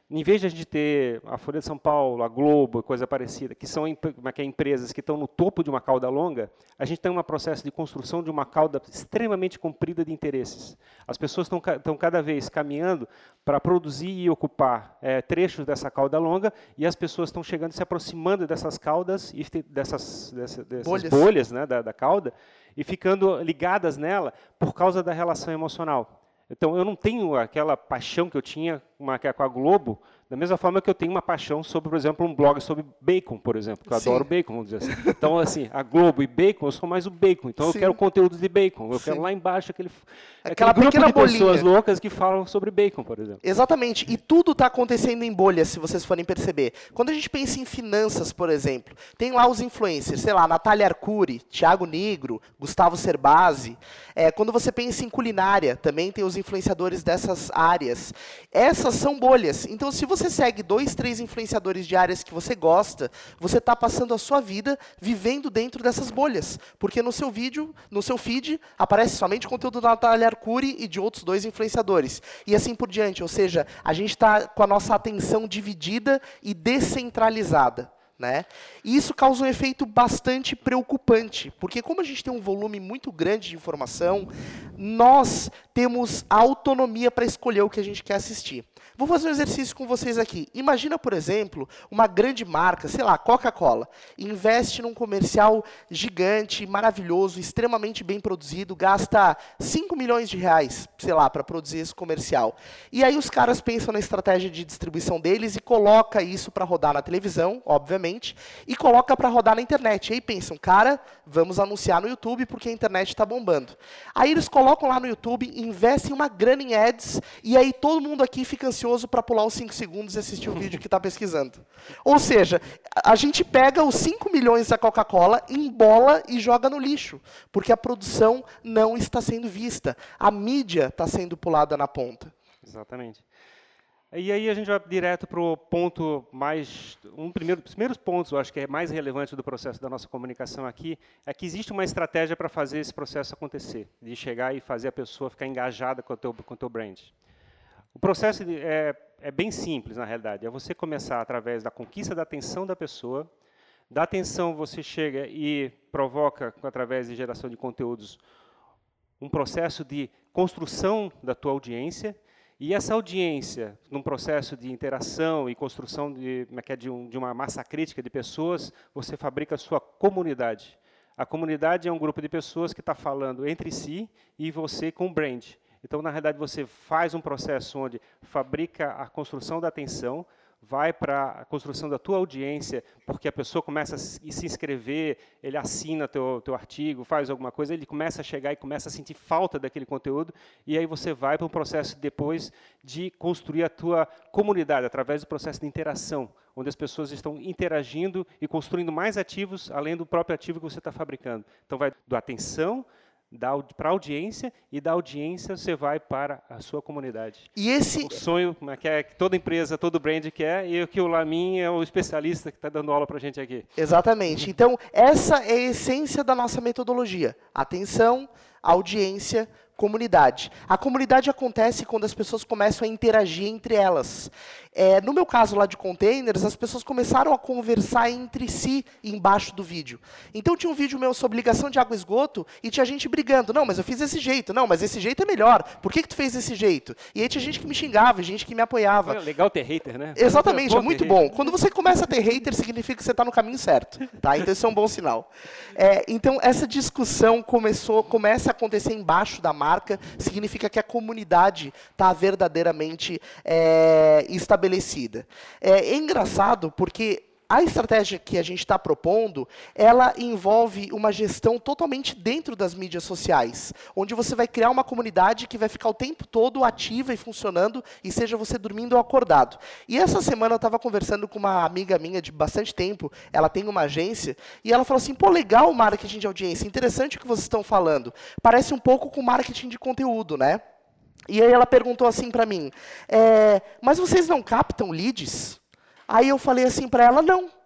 em vez de a gente ter a Folha de São Paulo, a Globo, coisa parecida, que são que é, empresas que estão no topo de uma cauda longa, a gente tem um processo de construção de uma cauda extremamente comprida de interesses. As pessoas estão, estão cada vez caminhando para produzir e ocupar é, trechos dessa cauda longa, e as pessoas estão chegando, se aproximando dessas caudas, e dessas, dessas, dessas bolhas, bolhas né, da, da cauda, e ficando ligadas nela por causa da relação emocional. Então, eu não tenho aquela paixão que eu tinha uma, com a Globo, da mesma forma que eu tenho uma paixão sobre, por exemplo, um blog sobre bacon, por exemplo, que eu Sim. adoro bacon, vamos dizer assim. Então, assim, a Globo e bacon, eu sou mais o bacon. Então, Sim. eu quero conteúdos de bacon. Eu Sim. quero lá embaixo aquele, Aquela aquele grupo de bolinha. pessoas loucas que falam sobre bacon, por exemplo. Exatamente. E tudo está acontecendo em bolhas, se vocês forem perceber. Quando a gente pensa em finanças, por exemplo, tem lá os influencers, sei lá, Natália Arcuri, Thiago Nigro, Gustavo Cerbasi. É, quando você pensa em culinária, também tem os influenciadores dessas áreas. Essas são bolhas. Então, se você segue dois, três influenciadores de áreas que você gosta, você está passando a sua vida vivendo dentro dessas bolhas. Porque no seu vídeo, no seu feed, aparece somente conteúdo da Natália Arcuri e de outros dois influenciadores. E assim por diante. Ou seja, a gente está com a nossa atenção dividida e descentralizada. Né? E isso causa um efeito bastante preocupante, porque como a gente tem um volume muito grande de informação, nós temos a autonomia para escolher o que a gente quer assistir. Vou fazer um exercício com vocês aqui. Imagina, por exemplo, uma grande marca, sei lá, Coca-Cola, investe num comercial gigante, maravilhoso, extremamente bem produzido, gasta cinco milhões de reais, sei lá, para produzir esse comercial. E aí os caras pensam na estratégia de distribuição deles e coloca isso para rodar na televisão, obviamente, e coloca para rodar na internet. E aí pensam, cara, vamos anunciar no YouTube porque a internet está bombando. Aí eles colocam lá no YouTube, investem uma grana em ads, e aí todo mundo aqui fica ansioso para pular os cinco segundos e assistir o vídeo que está pesquisando. Ou seja, a gente pega os cinco milhões da Coca-Cola, embola e joga no lixo, porque a produção não está sendo vista. A mídia está sendo pulada na ponta. Exatamente. E aí a gente vai direto para o ponto mais... Um primeiro, dos primeiros pontos, eu acho que é mais relevante do processo da nossa comunicação aqui, é que existe uma estratégia para fazer esse processo acontecer, de chegar e fazer a pessoa ficar engajada com o teu, com o teu brand. O processo é, é bem simples, na realidade. É você começar através da conquista da atenção da pessoa. Da atenção, você chega e provoca, através de geração de conteúdos, um processo de construção da tua audiência. E essa audiência, num processo de interação e construção de, de, um, de uma massa crítica de pessoas, você fabrica a sua comunidade. A comunidade é um grupo de pessoas que está falando entre si e você com o brand. Então, na realidade, você faz um processo onde fabrica a construção da atenção, vai para a construção da tua audiência, porque a pessoa começa a se inscrever, ele assina teu, teu artigo, faz alguma coisa, ele começa a chegar e começa a sentir falta daquele conteúdo, e aí você vai para um processo depois de construir a tua comunidade, através do processo de interação, onde as pessoas estão interagindo e construindo mais ativos, além do próprio ativo que você está fabricando. Então, vai da atenção para a audiência, e da audiência você vai para a sua comunidade. E esse... O sonho que, é, que toda empresa, todo brand quer, e que o Lamin é o especialista que está dando aula para a gente aqui. Exatamente. Então, essa é a essência da nossa metodologia. Atenção, audiência, comunidade. A comunidade acontece quando as pessoas começam a interagir entre elas. É, no meu caso lá de containers, as pessoas começaram a conversar entre si embaixo do vídeo. Então tinha um vídeo meu sobre ligação de água e esgoto e tinha gente brigando. Não, mas eu fiz desse jeito. Não, mas esse jeito é melhor. Por que que tu fez desse jeito? E aí tinha gente que me xingava, gente que me apoiava. É legal ter hater, né? Exatamente, é, é muito bom. Quando você começa a ter hater, significa que você está no caminho certo. Tá? Então isso é um bom sinal. É, então essa discussão começou, começa a acontecer embaixo da marca, significa que a comunidade está verdadeiramente é, estabelecida. É, é engraçado porque a estratégia que a gente está propondo, ela envolve uma gestão totalmente dentro das mídias sociais, onde você vai criar uma comunidade que vai ficar o tempo todo ativa e funcionando, e seja você dormindo ou acordado. E essa semana eu estava conversando com uma amiga minha de bastante tempo, ela tem uma agência, e ela falou assim, pô, legal o marketing de audiência, interessante o que vocês estão falando, parece um pouco com marketing de conteúdo, né? E aí ela perguntou assim para mim, é, mas vocês não captam leads? Aí eu falei assim para ela, não,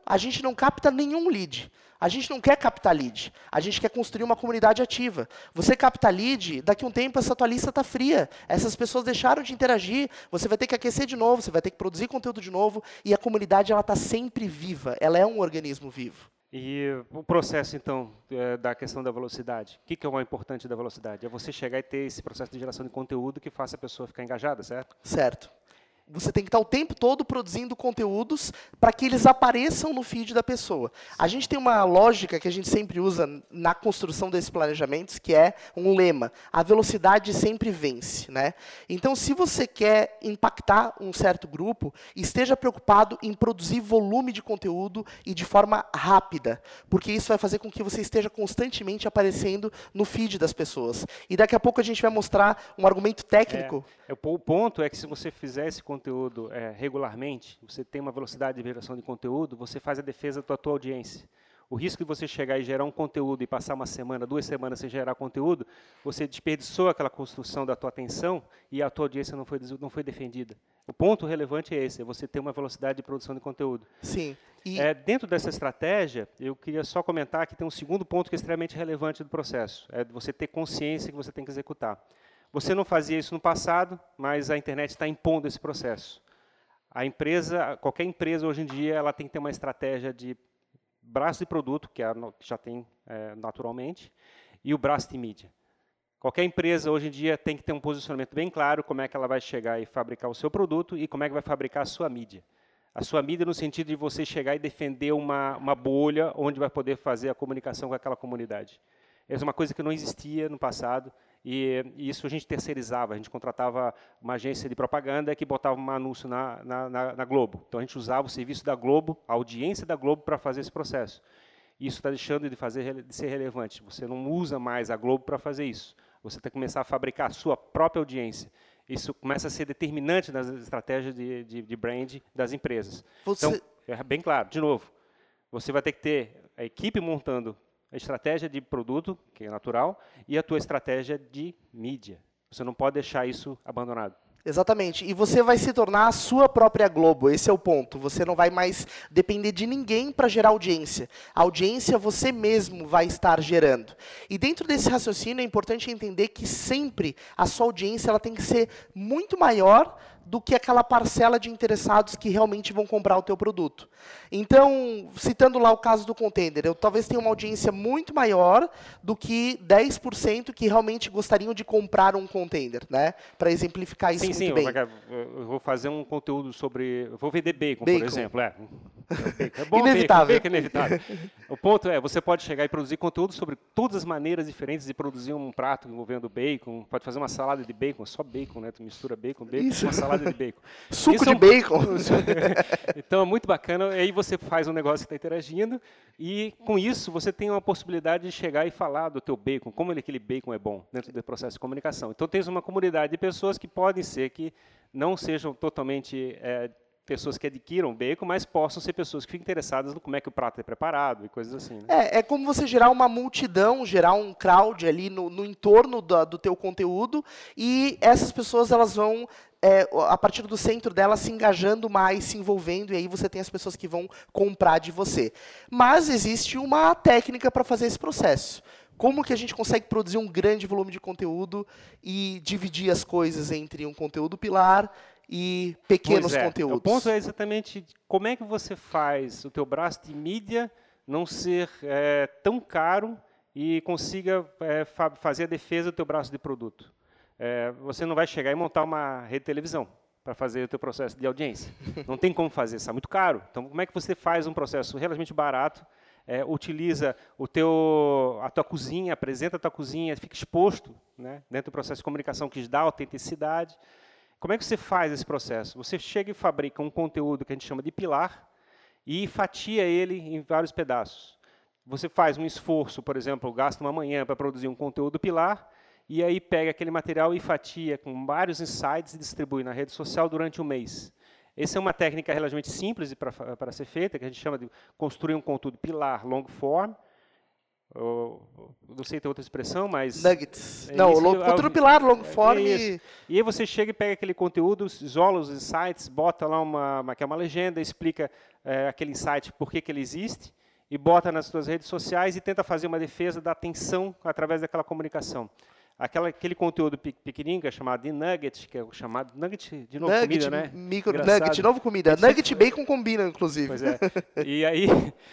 a gente não capta nenhum lead. A gente não quer captar lead, a gente quer construir uma comunidade ativa. Você capta lead, daqui a um tempo essa tua lista está fria, essas pessoas deixaram de interagir, você vai ter que aquecer de novo, você vai ter que produzir conteúdo de novo, e a comunidade está sempre viva, ela é um organismo vivo. E o processo, então, é, da questão da velocidade. O que é o importante da velocidade? É você chegar e ter esse processo de geração de conteúdo que faça a pessoa ficar engajada, certo? Certo. Você tem que estar o tempo todo produzindo conteúdos para que eles apareçam no feed da pessoa. A gente tem uma lógica que a gente sempre usa na construção desses planejamentos, que é um lema: a velocidade sempre vence, né? Então, se você quer impactar um certo grupo, esteja preocupado em produzir volume de conteúdo e de forma rápida, porque isso vai fazer com que você esteja constantemente aparecendo no feed das pessoas. E daqui a pouco a gente vai mostrar um argumento técnico. É, é, o ponto é que se você fizer esse conteúdo é, regularmente, você tem uma velocidade de geração de conteúdo, você faz a defesa da tua audiência. O risco de você chegar e gerar um conteúdo e passar uma semana, duas semanas sem gerar conteúdo, você desperdiçou aquela construção da tua atenção e a tua audiência não foi, não foi defendida. O ponto relevante é esse, é você ter uma velocidade de produção de conteúdo. Sim. E É, dentro dessa estratégia, eu queria só comentar que tem um segundo ponto que é extremamente relevante do processo, é você ter consciência que você tem que executar. Você não fazia isso no passado, mas a internet está impondo esse processo. A empresa, qualquer empresa hoje em dia, ela tem que ter uma estratégia de braço de produto, que, é a, que já tem é, naturalmente, e o braço de mídia. Qualquer empresa hoje em dia tem que ter um posicionamento bem claro, como é que ela vai chegar e fabricar o seu produto e como é que vai fabricar a sua mídia. A sua mídia no sentido de você chegar e defender uma, uma bolha onde vai poder fazer a comunicação com aquela comunidade. Essa é uma coisa que não existia no passado. E, e isso a gente terceirizava, a gente contratava uma agência de propaganda que botava um anúncio na, na, na, na Globo. Então, a gente usava o serviço da Globo, a audiência da Globo, para fazer esse processo. Isso está deixando de, fazer, de ser relevante. Você não usa mais a Globo para fazer isso. Você tem que começar a fabricar a sua própria audiência. Isso começa a ser determinante nas estratégias de, de, de brand das empresas. Você... Então, é bem claro, de novo, você vai ter que ter a equipe montando a estratégia de produto, que é natural, e a tua estratégia de mídia. Você não pode deixar isso abandonado. Exatamente. E você vai se tornar a sua própria Globo, esse é o ponto. Você não vai mais depender de ninguém para gerar audiência. A audiência você mesmo vai estar gerando. E dentro desse raciocínio é importante entender que sempre a sua audiência ela tem que ser muito maior do que aquela parcela de interessados que realmente vão comprar o teu produto. Então, citando lá o caso do Contender, eu talvez tenha uma audiência muito maior do que dez por cento que realmente gostariam de comprar um Contender, né? Para exemplificar isso sim, muito sim, bem. Sim, eu vou fazer um conteúdo sobre... Eu vou vender bacon, bacon. por exemplo. É, é bom inevitável. Bacon, bacon é inevitável. O ponto é, você pode chegar e produzir conteúdo sobre todas as maneiras diferentes de produzir um prato envolvendo bacon, pode fazer uma salada de bacon, só bacon, né? Tu mistura bacon, bacon, isso. Uma salada de bacon. Suco Isso de é um... bacon. Então, é muito bacana. Aí você faz um negócio que está interagindo e, com isso, você tem uma possibilidade de chegar e falar do teu bacon, como ele, aquele bacon é bom dentro do processo de comunicação. Então, tens uma comunidade de pessoas que podem ser que não sejam totalmente é, pessoas que adquiram bacon, mas possam ser pessoas que ficam interessadas no como é que o prato é preparado e coisas assim. Né? É, é como você gerar uma multidão, gerar um crowd ali no, no entorno do, do teu conteúdo e essas pessoas elas vão... É, a partir do centro dela se engajando mais, se envolvendo, e aí você tem as pessoas que vão comprar de você. Mas existe uma técnica para fazer esse processo. Como que a gente consegue produzir um grande volume de conteúdo e dividir as coisas entre um conteúdo pilar e pequenos é, conteúdos? O ponto é exatamente como é que você faz o teu braço de mídia não ser é, tão caro e consiga é, fa fazer a defesa do teu braço de produto. É, você não vai chegar e montar uma rede de televisão para fazer o teu processo de audiência. Não tem como fazer, isso é muito caro. Então, como é que você faz um processo relativamente barato, é, utiliza o teu, a tua cozinha, apresenta a tua cozinha, fica exposto, né, dentro do processo de comunicação que dá autenticidade. Como é que você faz esse processo? Você chega e fabrica um conteúdo que a gente chama de pilar e fatia ele em vários pedaços. Você faz um esforço, por exemplo, gasta uma manhã para produzir um conteúdo pilar, e aí pega aquele material e fatia com vários insights e distribui na rede social durante um mês. Essa é uma técnica relativamente simples para ser feita, que a gente chama de construir um conteúdo pilar long form. Eu, não sei ter outra expressão, mas... Nuggets. É não, isso, long, conteúdo pilar, long form. É e... e aí você chega e pega aquele conteúdo, isola os insights, bota lá uma, uma, que é uma legenda, explica é, aquele insight, por que que ele existe, e bota nas suas redes sociais e tenta fazer uma defesa da atenção através daquela comunicação. Aquela, aquele conteúdo pequenininho, que é chamado de nugget, que é o chamado nugget, de novo nugget, comida, né? Micro, nugget, de novo comida. Nugget e bacon combinam, inclusive. Pois é. E aí,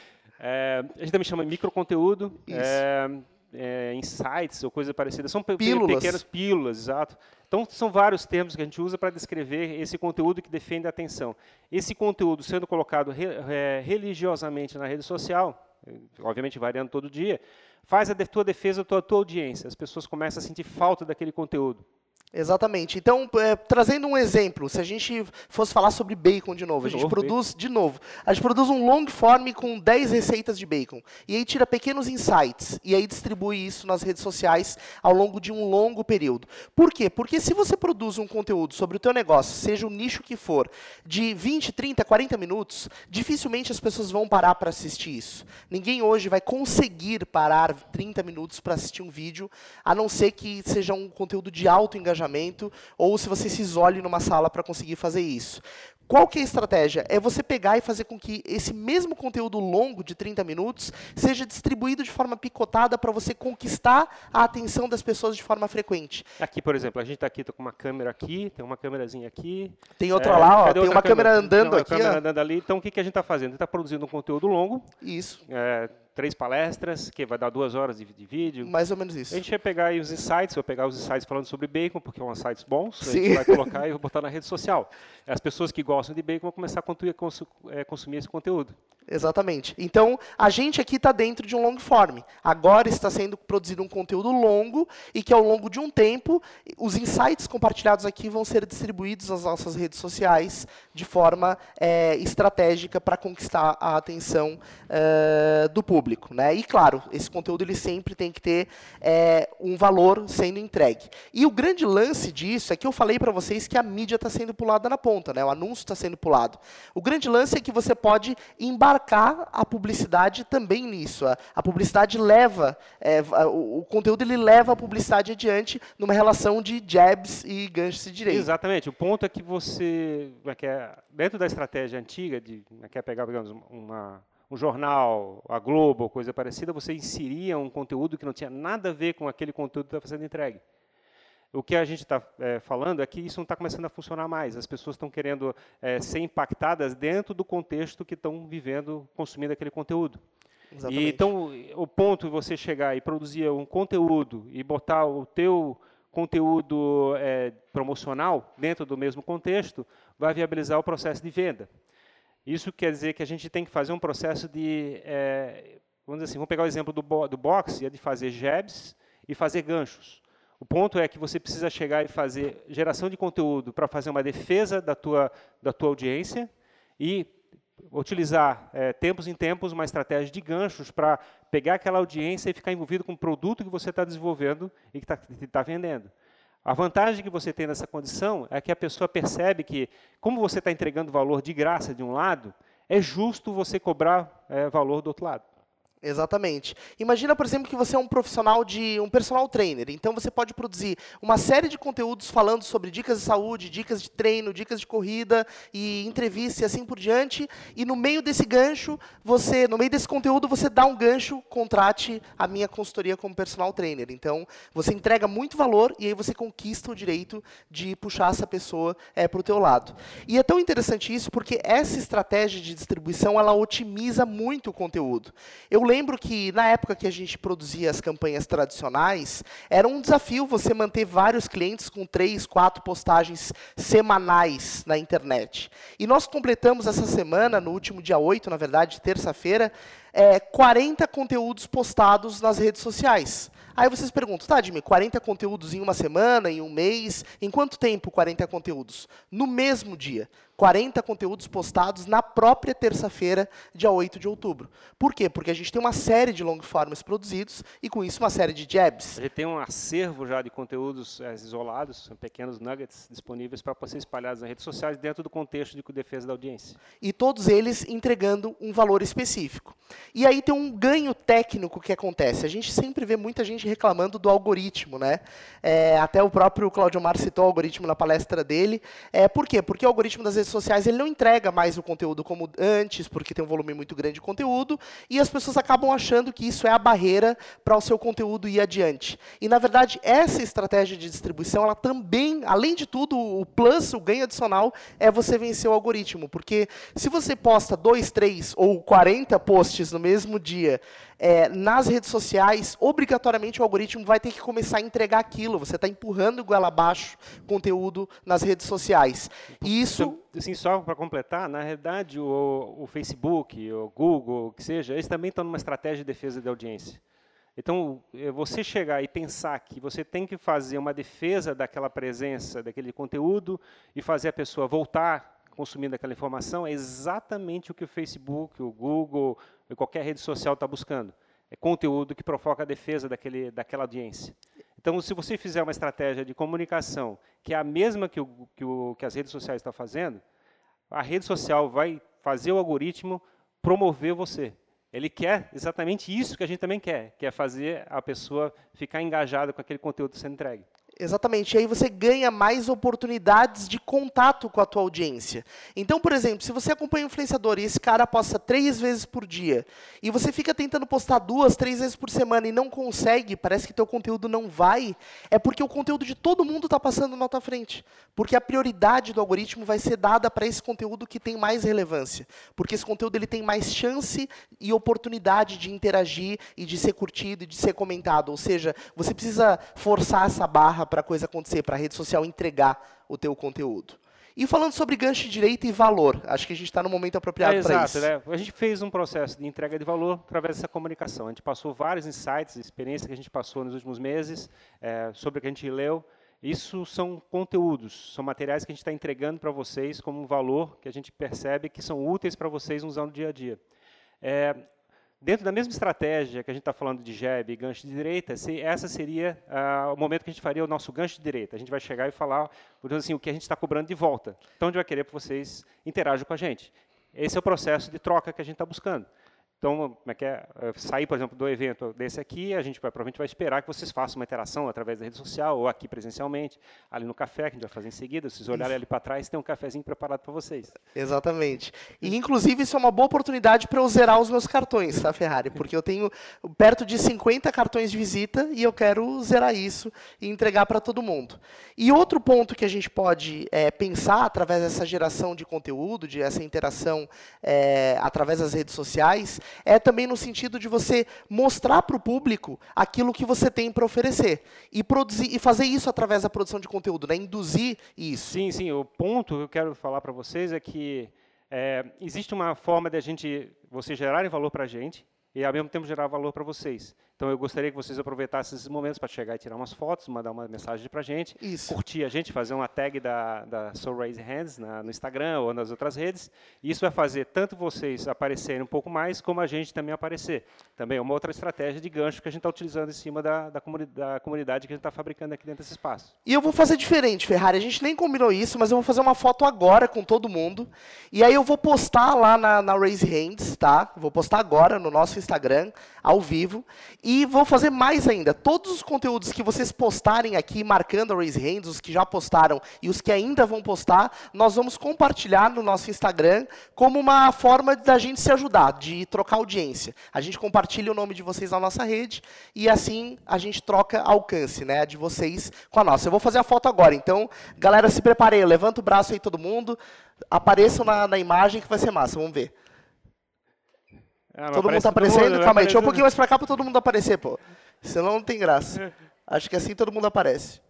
é, a gente também chama microconteúdo, é, é, insights ou coisa parecida. São pe pílulas. pequenas pílulas, exato. Então, são vários termos que a gente usa para descrever esse conteúdo que defende a atenção. Esse conteúdo sendo colocado re, é, religiosamente na rede social, obviamente variando todo dia, faz a tua defesa da tua, tua audiência. As pessoas começam a sentir falta daquele conteúdo. Exatamente. Então, é, trazendo um exemplo, se a gente fosse falar sobre bacon de novo, De a gente novo, produz, bacon. de novo, a gente produz um long form com dez receitas de bacon. E aí tira pequenos insights, e aí distribui isso nas redes sociais ao longo de um longo período. Por quê? Porque se você produz um conteúdo sobre o teu negócio, seja o nicho que for, de vinte, trinta, quarenta minutos, dificilmente as pessoas vão parar para assistir isso. Ninguém hoje vai conseguir parar trinta minutos para assistir um vídeo, a não ser que seja um conteúdo de alto engajamento, ou se você se isole numa sala para conseguir fazer isso. Qual que é a estratégia? É você pegar e fazer com que esse mesmo conteúdo longo de trinta minutos seja distribuído de forma picotada para você conquistar a atenção das pessoas de forma frequente. Aqui, por exemplo, a gente está aqui tô com uma câmera aqui, tem uma câmerazinha aqui. Tem outra é, lá, ó, tem outra uma câmera, câmera andando Não, aqui. câmera ó. andando ali. Então, o que, que a gente está fazendo? A gente está produzindo um conteúdo longo. Isso. É, três palestras, que vai dar duas horas de, de vídeo. Mais ou menos isso. A gente vai pegar aí os insights, vou pegar os insights falando sobre bacon, porque são insights bons, Sim. a gente vai colocar e vou botar na rede social. As pessoas que gostam de bacon vão começar a consumir esse conteúdo. Exatamente. Então, a gente aqui está dentro de um long form. Agora está sendo produzido um conteúdo longo e que, ao longo de um tempo, os insights compartilhados aqui vão ser distribuídos nas nossas redes sociais de forma é, estratégica para conquistar a atenção é, do público, né? E, claro, esse conteúdo ele sempre tem que ter é, um valor sendo entregue. E o grande lance disso é que eu falei para vocês que a mídia está sendo pulada na ponta, né? O anúncio está sendo pulado. O grande lance é que você pode embarcar a publicidade também nisso. A, a publicidade leva, é, o, o conteúdo ele leva a publicidade adiante numa relação de jabs e ganchos de direito. Exatamente. O ponto é que você, dentro da estratégia antiga, de quer pegar digamos, uma, um jornal, a Globo, ou coisa parecida, você inseria um conteúdo que não tinha nada a ver com aquele conteúdo que está sendo entregue. O que a gente está é, falando é que isso não está começando a funcionar mais. As pessoas estão querendo é, ser impactadas dentro do contexto que estão vivendo, consumindo aquele conteúdo. Exatamente. E, então, o ponto de você chegar e produzir um conteúdo e botar o teu conteúdo é, promocional dentro do mesmo contexto vai viabilizar o processo de venda. Isso quer dizer que a gente tem que fazer um processo de... É, vamos dizer assim, vamos pegar o exemplo do, bo do boxe, é de fazer jabs e fazer ganchos. O ponto é que você precisa chegar e fazer geração de conteúdo para fazer uma defesa da tua, da tua audiência e utilizar, é, tempos em tempos, uma estratégia de ganchos para pegar aquela audiência e ficar envolvido com o produto que você está desenvolvendo e que está tá vendendo. A vantagem que você tem nessa condição é que a pessoa percebe que, como você está entregando valor de graça de um lado, é justo você cobrar é, valor do outro lado. Exatamente. Imagina, por exemplo, que você é um profissional de um personal trainer. Então, você pode produzir uma série de conteúdos falando sobre dicas de saúde, dicas de treino, dicas de corrida e entrevista e assim por diante. E no meio desse gancho, você, no meio desse conteúdo, você dá um gancho, contrate a minha consultoria como personal trainer. Então, você entrega muito valor e aí você conquista o direito de puxar essa pessoa é, para o teu lado. E é tão interessante isso porque essa estratégia de distribuição, ela otimiza muito o conteúdo. Eu lembro que, na época que a gente produzia as campanhas tradicionais, era um desafio você manter vários clientes com três, quatro postagens semanais na internet. E nós completamos essa semana, no último dia oito, na verdade, terça-feira, é, quarenta conteúdos postados nas redes sociais. Aí vocês perguntam, tá, Jimmy, quarenta conteúdos em uma semana, em um mês? Em quanto tempo quarenta conteúdos? No mesmo dia. quarenta conteúdos postados na própria terça-feira, dia oito de outubro. Por quê? Porque a gente tem uma série de long forms produzidos e, com isso, uma série de jabs. A gente tem um acervo já de conteúdos é, isolados, pequenos nuggets disponíveis para ser espalhados nas redes sociais dentro do contexto de defesa da audiência. E todos eles entregando um valor específico. E aí tem um ganho técnico que acontece. A gente sempre vê muita gente reclamando do algoritmo, né? É, até o próprio Claudio Mar citou o algoritmo na palestra dele. É, por quê? Porque o algoritmo das redes redes sociais ele não entrega mais o conteúdo como antes, porque tem um volume muito grande de conteúdo, e as pessoas acabam achando que isso é a barreira para o seu conteúdo ir adiante. E, na verdade, essa estratégia de distribuição, ela também, além de tudo, o plus, o ganho adicional, é você vencer o algoritmo. Porque se você posta dois, três ou quarenta posts no mesmo dia, É, nas redes sociais, obrigatoriamente o algoritmo vai ter que começar a entregar aquilo. Você está empurrando goela abaixo conteúdo nas redes sociais. E isso... Assim, só para completar, na realidade, o, o Facebook, o Google, o que seja, eles também estão numa estratégia de defesa da audiência. Então, você chegar e pensar que você tem que fazer uma defesa daquela presença, daquele conteúdo, e fazer a pessoa voltar consumindo aquela informação, é exatamente o que o Facebook, o Google, ou qualquer rede social está buscando. É conteúdo que provoca a defesa daquele, daquela audiência. Então, se você fizer uma estratégia de comunicação, que é a mesma que, o, que, o, que as redes sociais estão fazendo, a rede social vai fazer o algoritmo promover você. Ele quer exatamente isso que a gente também quer, que é fazer a pessoa ficar engajada com aquele conteúdo sendo entregue. Exatamente. E aí você ganha mais oportunidades de contato com a tua audiência. Então, por exemplo, se você acompanha um influenciador e esse cara posta três vezes por dia, e você fica tentando postar duas, três vezes por semana e não consegue, parece que teu conteúdo não vai, é porque o conteúdo de todo mundo está passando na tua frente. Porque a prioridade do algoritmo vai ser dada para esse conteúdo que tem mais relevância. Porque esse conteúdo ele tem mais chance e oportunidade de interagir e de ser curtido e de ser comentado. Ou seja, você precisa forçar essa barra para a coisa acontecer, para a rede social entregar o teu conteúdo. E falando sobre gancho de direita e valor, acho que a gente está no momento apropriado é, para isso. Né? A gente fez um processo de entrega de valor através dessa comunicação. A gente passou vários insights, experiências que a gente passou nos últimos meses, é, sobre o que a gente leu. Isso são conteúdos, são materiais que a gente está entregando para vocês como um valor que a gente percebe que são úteis para vocês usar no dia a dia. É, Dentro da mesma estratégia que a gente está falando de jab e gancho de direita, se essa seria uh, o momento que a gente faria o nosso gancho de direita. A gente vai chegar e falar assim, o que a gente está cobrando de volta. Então, a gente vai querer que vocês interajam com a gente. Esse é o processo de troca que a gente está buscando. Então, como é que é? Sair, por exemplo, do evento desse aqui, a gente vai, provavelmente vai esperar que vocês façam uma interação através da rede social ou aqui presencialmente, ali no café, que a gente vai fazer em seguida. Se vocês olharem ali para trás, tem um cafezinho preparado para vocês. Exatamente. E, inclusive, isso é uma boa oportunidade para eu zerar os meus cartões, tá, Ferrari? Porque eu tenho perto de cinquenta cartões de visita e eu quero zerar isso e entregar para todo mundo. E outro ponto que a gente pode é, pensar através dessa geração de conteúdo, de essa interação é, através das redes sociais, é também no sentido de você mostrar para o público aquilo que você tem para oferecer. E, produzir, e fazer isso através da produção de conteúdo, né? Induzir isso. Sim, sim. O ponto que eu quero falar para vocês é que é, existe uma forma de a gente, vocês gerarem valor para a gente e, ao mesmo tempo, gerar valor para vocês. Então, eu gostaria que vocês aproveitassem esses momentos para chegar e tirar umas fotos, mandar uma mensagem para a gente, Isso. curtir a gente, fazer uma tag da, da Soul Raise Hands na, no Instagram ou nas outras redes. E isso vai fazer tanto vocês aparecerem um pouco mais, como a gente também aparecer. Também é uma outra estratégia de gancho que a gente está utilizando em cima da, da, comuni da comunidade que a gente está fabricando aqui dentro desse espaço. E eu vou fazer diferente, Ferrari. A gente nem combinou isso, mas eu vou fazer uma foto agora com todo mundo. E aí eu vou postar lá na, na Raise Hands, tá? Vou postar agora no nosso Instagram, ao vivo. E vou fazer mais ainda. Todos os conteúdos que vocês postarem aqui, marcando a Raise Hands, os que já postaram e os que ainda vão postar, nós vamos compartilhar no nosso Instagram como uma forma da gente se ajudar, de trocar audiência. A gente compartilha o nome de vocês na nossa rede e assim a gente troca alcance, né, de vocês com a nossa. Eu vou fazer a foto agora, então, galera, se preparem. Levanta o braço aí todo mundo, apareçam na, na imagem que vai ser massa, vamos ver. Ah, todo mundo tá aparecendo? Mundo, Calma aí, deixa eu um pouquinho mais pra cá pra todo mundo aparecer, pô. Senão não tem graça. Acho que assim todo mundo aparece.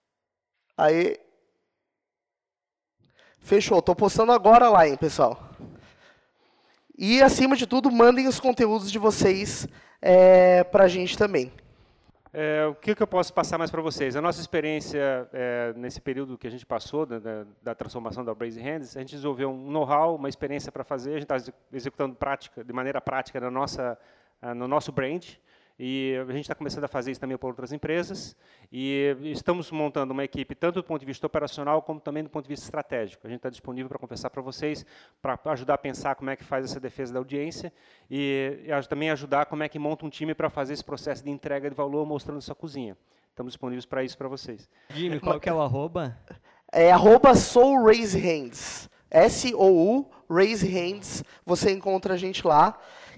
Aí. Fechou, tô postando agora lá, hein, pessoal. E, acima de tudo, mandem os conteúdos de vocês é, pra gente também. É, o que, que eu posso passar mais para vocês? A nossa experiência é, nesse período que a gente passou, da, da, da transformação da Raise Hands, a gente desenvolveu um know-how, uma experiência para fazer, a gente está executando prática, de maneira prática na nossa, no nosso brand, e a gente está começando a fazer isso também por outras empresas, e estamos montando uma equipe, tanto do ponto de vista operacional, como também do ponto de vista estratégico. A gente está disponível para conversar para vocês, para ajudar a pensar como é que faz essa defesa da audiência, e, e também ajudar como é que monta um time para fazer esse processo de entrega de valor, mostrando sua cozinha. Estamos disponíveis para isso para vocês. Jimmy, qual que é o arroba? É arroba Soul Raise Hands. S O U, Raise Hands, você encontra a gente lá.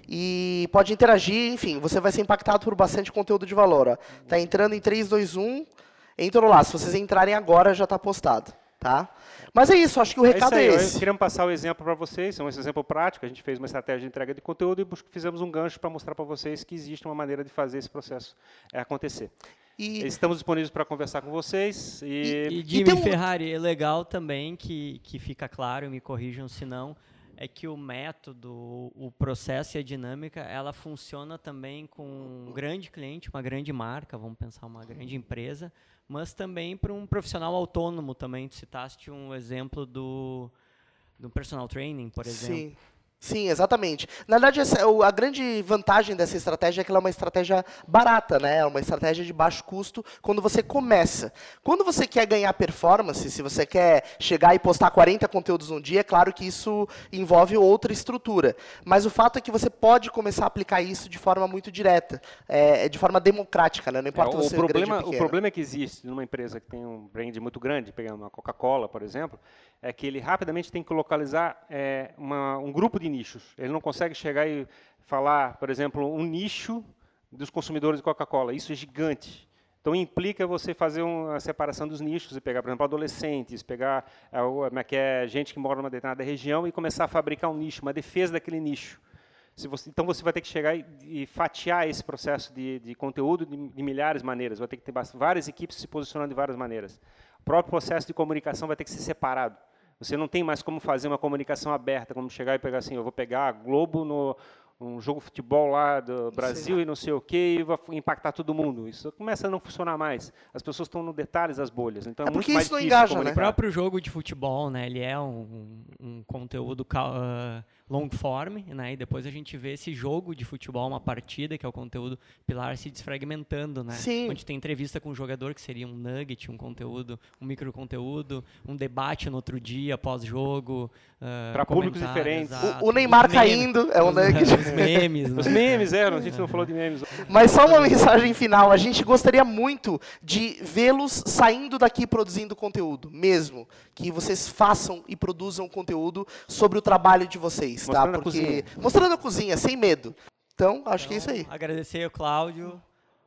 E pode interagir, enfim, você vai ser impactado por bastante conteúdo de valor. Ó. Tá entrando em três, dois, um, entram lá. Se vocês entrarem agora, já está postado. Tá? Mas é isso, acho que o recado é, é esse. Queríamos passar o exemplo para vocês, é um exemplo prático, a gente fez uma estratégia de entrega de conteúdo e fizemos um gancho para mostrar para vocês que existe uma maneira de fazer esse processo acontecer. E estamos disponíveis para conversar com vocês. E, e, e Jimmy um... Ferrari, é legal também que, que fica claro, me corrijam se não, é que o método, o processo e a dinâmica, ela funciona também com um grande cliente, uma grande marca, vamos pensar uma grande empresa, mas também para um profissional autônomo também. Tu citaste um exemplo do, do personal training, por exemplo. Sim. Sim, exatamente. Na verdade, essa, a grande vantagem dessa estratégia é que ela é uma estratégia barata, né? É uma estratégia de baixo custo quando você começa. Quando você quer ganhar performance, se você quer chegar e postar quarenta conteúdos num dia, é claro que isso envolve outra estrutura. Mas o fato é que você pode começar a aplicar isso de forma muito direta, é, de forma democrática, né? Não importa é, você o problema, grande ou o problema é que existe numa empresa que tem um brand muito grande, pegando uma Coca-Cola, por exemplo, é que ele rapidamente tem que localizar é, uma, um grupo de nichos. Ele não consegue chegar e falar, por exemplo, um nicho dos consumidores de Coca-Cola. Isso é gigante. Então, implica você fazer uma separação dos nichos e pegar, por exemplo, adolescentes, pegar é, que é, gente que mora numa determinada região e começar a fabricar um nicho, uma defesa daquele nicho. Se você, então, você vai ter que chegar e, e fatiar esse processo de, de conteúdo de, de milhares de maneiras. Vai ter que ter várias equipes se posicionando de várias maneiras. O próprio processo de comunicação vai ter que ser separado. Você não tem mais como fazer uma comunicação aberta, como chegar e pegar assim, eu vou pegar a Globo no um jogo de futebol lá do Brasil e não sei o quê, e vai impactar todo mundo. Isso começa a não funcionar mais. As pessoas estão nos detalhes das bolhas. Então é, é muito mais difícil engaja, né? O próprio jogo de futebol, né, ele é um, um conteúdo uh, long form, né, e depois a gente vê esse jogo de futebol, uma partida, que é o conteúdo pilar, se desfragmentando, né? Sim. Onde tem entrevista com o jogador, que seria um nugget, um conteúdo, um micro conteúdo, um debate no outro dia, pós-jogo. Uh, Para públicos diferentes. O, o Neymar caindo é um nugget. Os memes. Os memes, é, a gente não falou de memes. Mas só uma mensagem final. A gente gostaria muito de vê-los saindo daqui produzindo conteúdo, mesmo. Que vocês façam e produzam conteúdo sobre o trabalho de vocês, mostrando tá? A Porque cozinha. Mostrando a cozinha, sem medo. Então, acho então, que é isso aí. Agradecer ao Cláudio,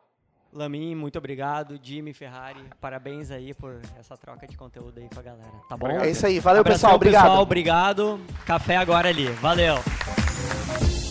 Lamin, muito obrigado. Jimmy, Ferrari, parabéns aí por essa troca de conteúdo aí com a galera. Tá bom? É isso aí. Valeu, Abração, pessoal. Obrigado. Pessoal, obrigado. Café agora ali. Valeu.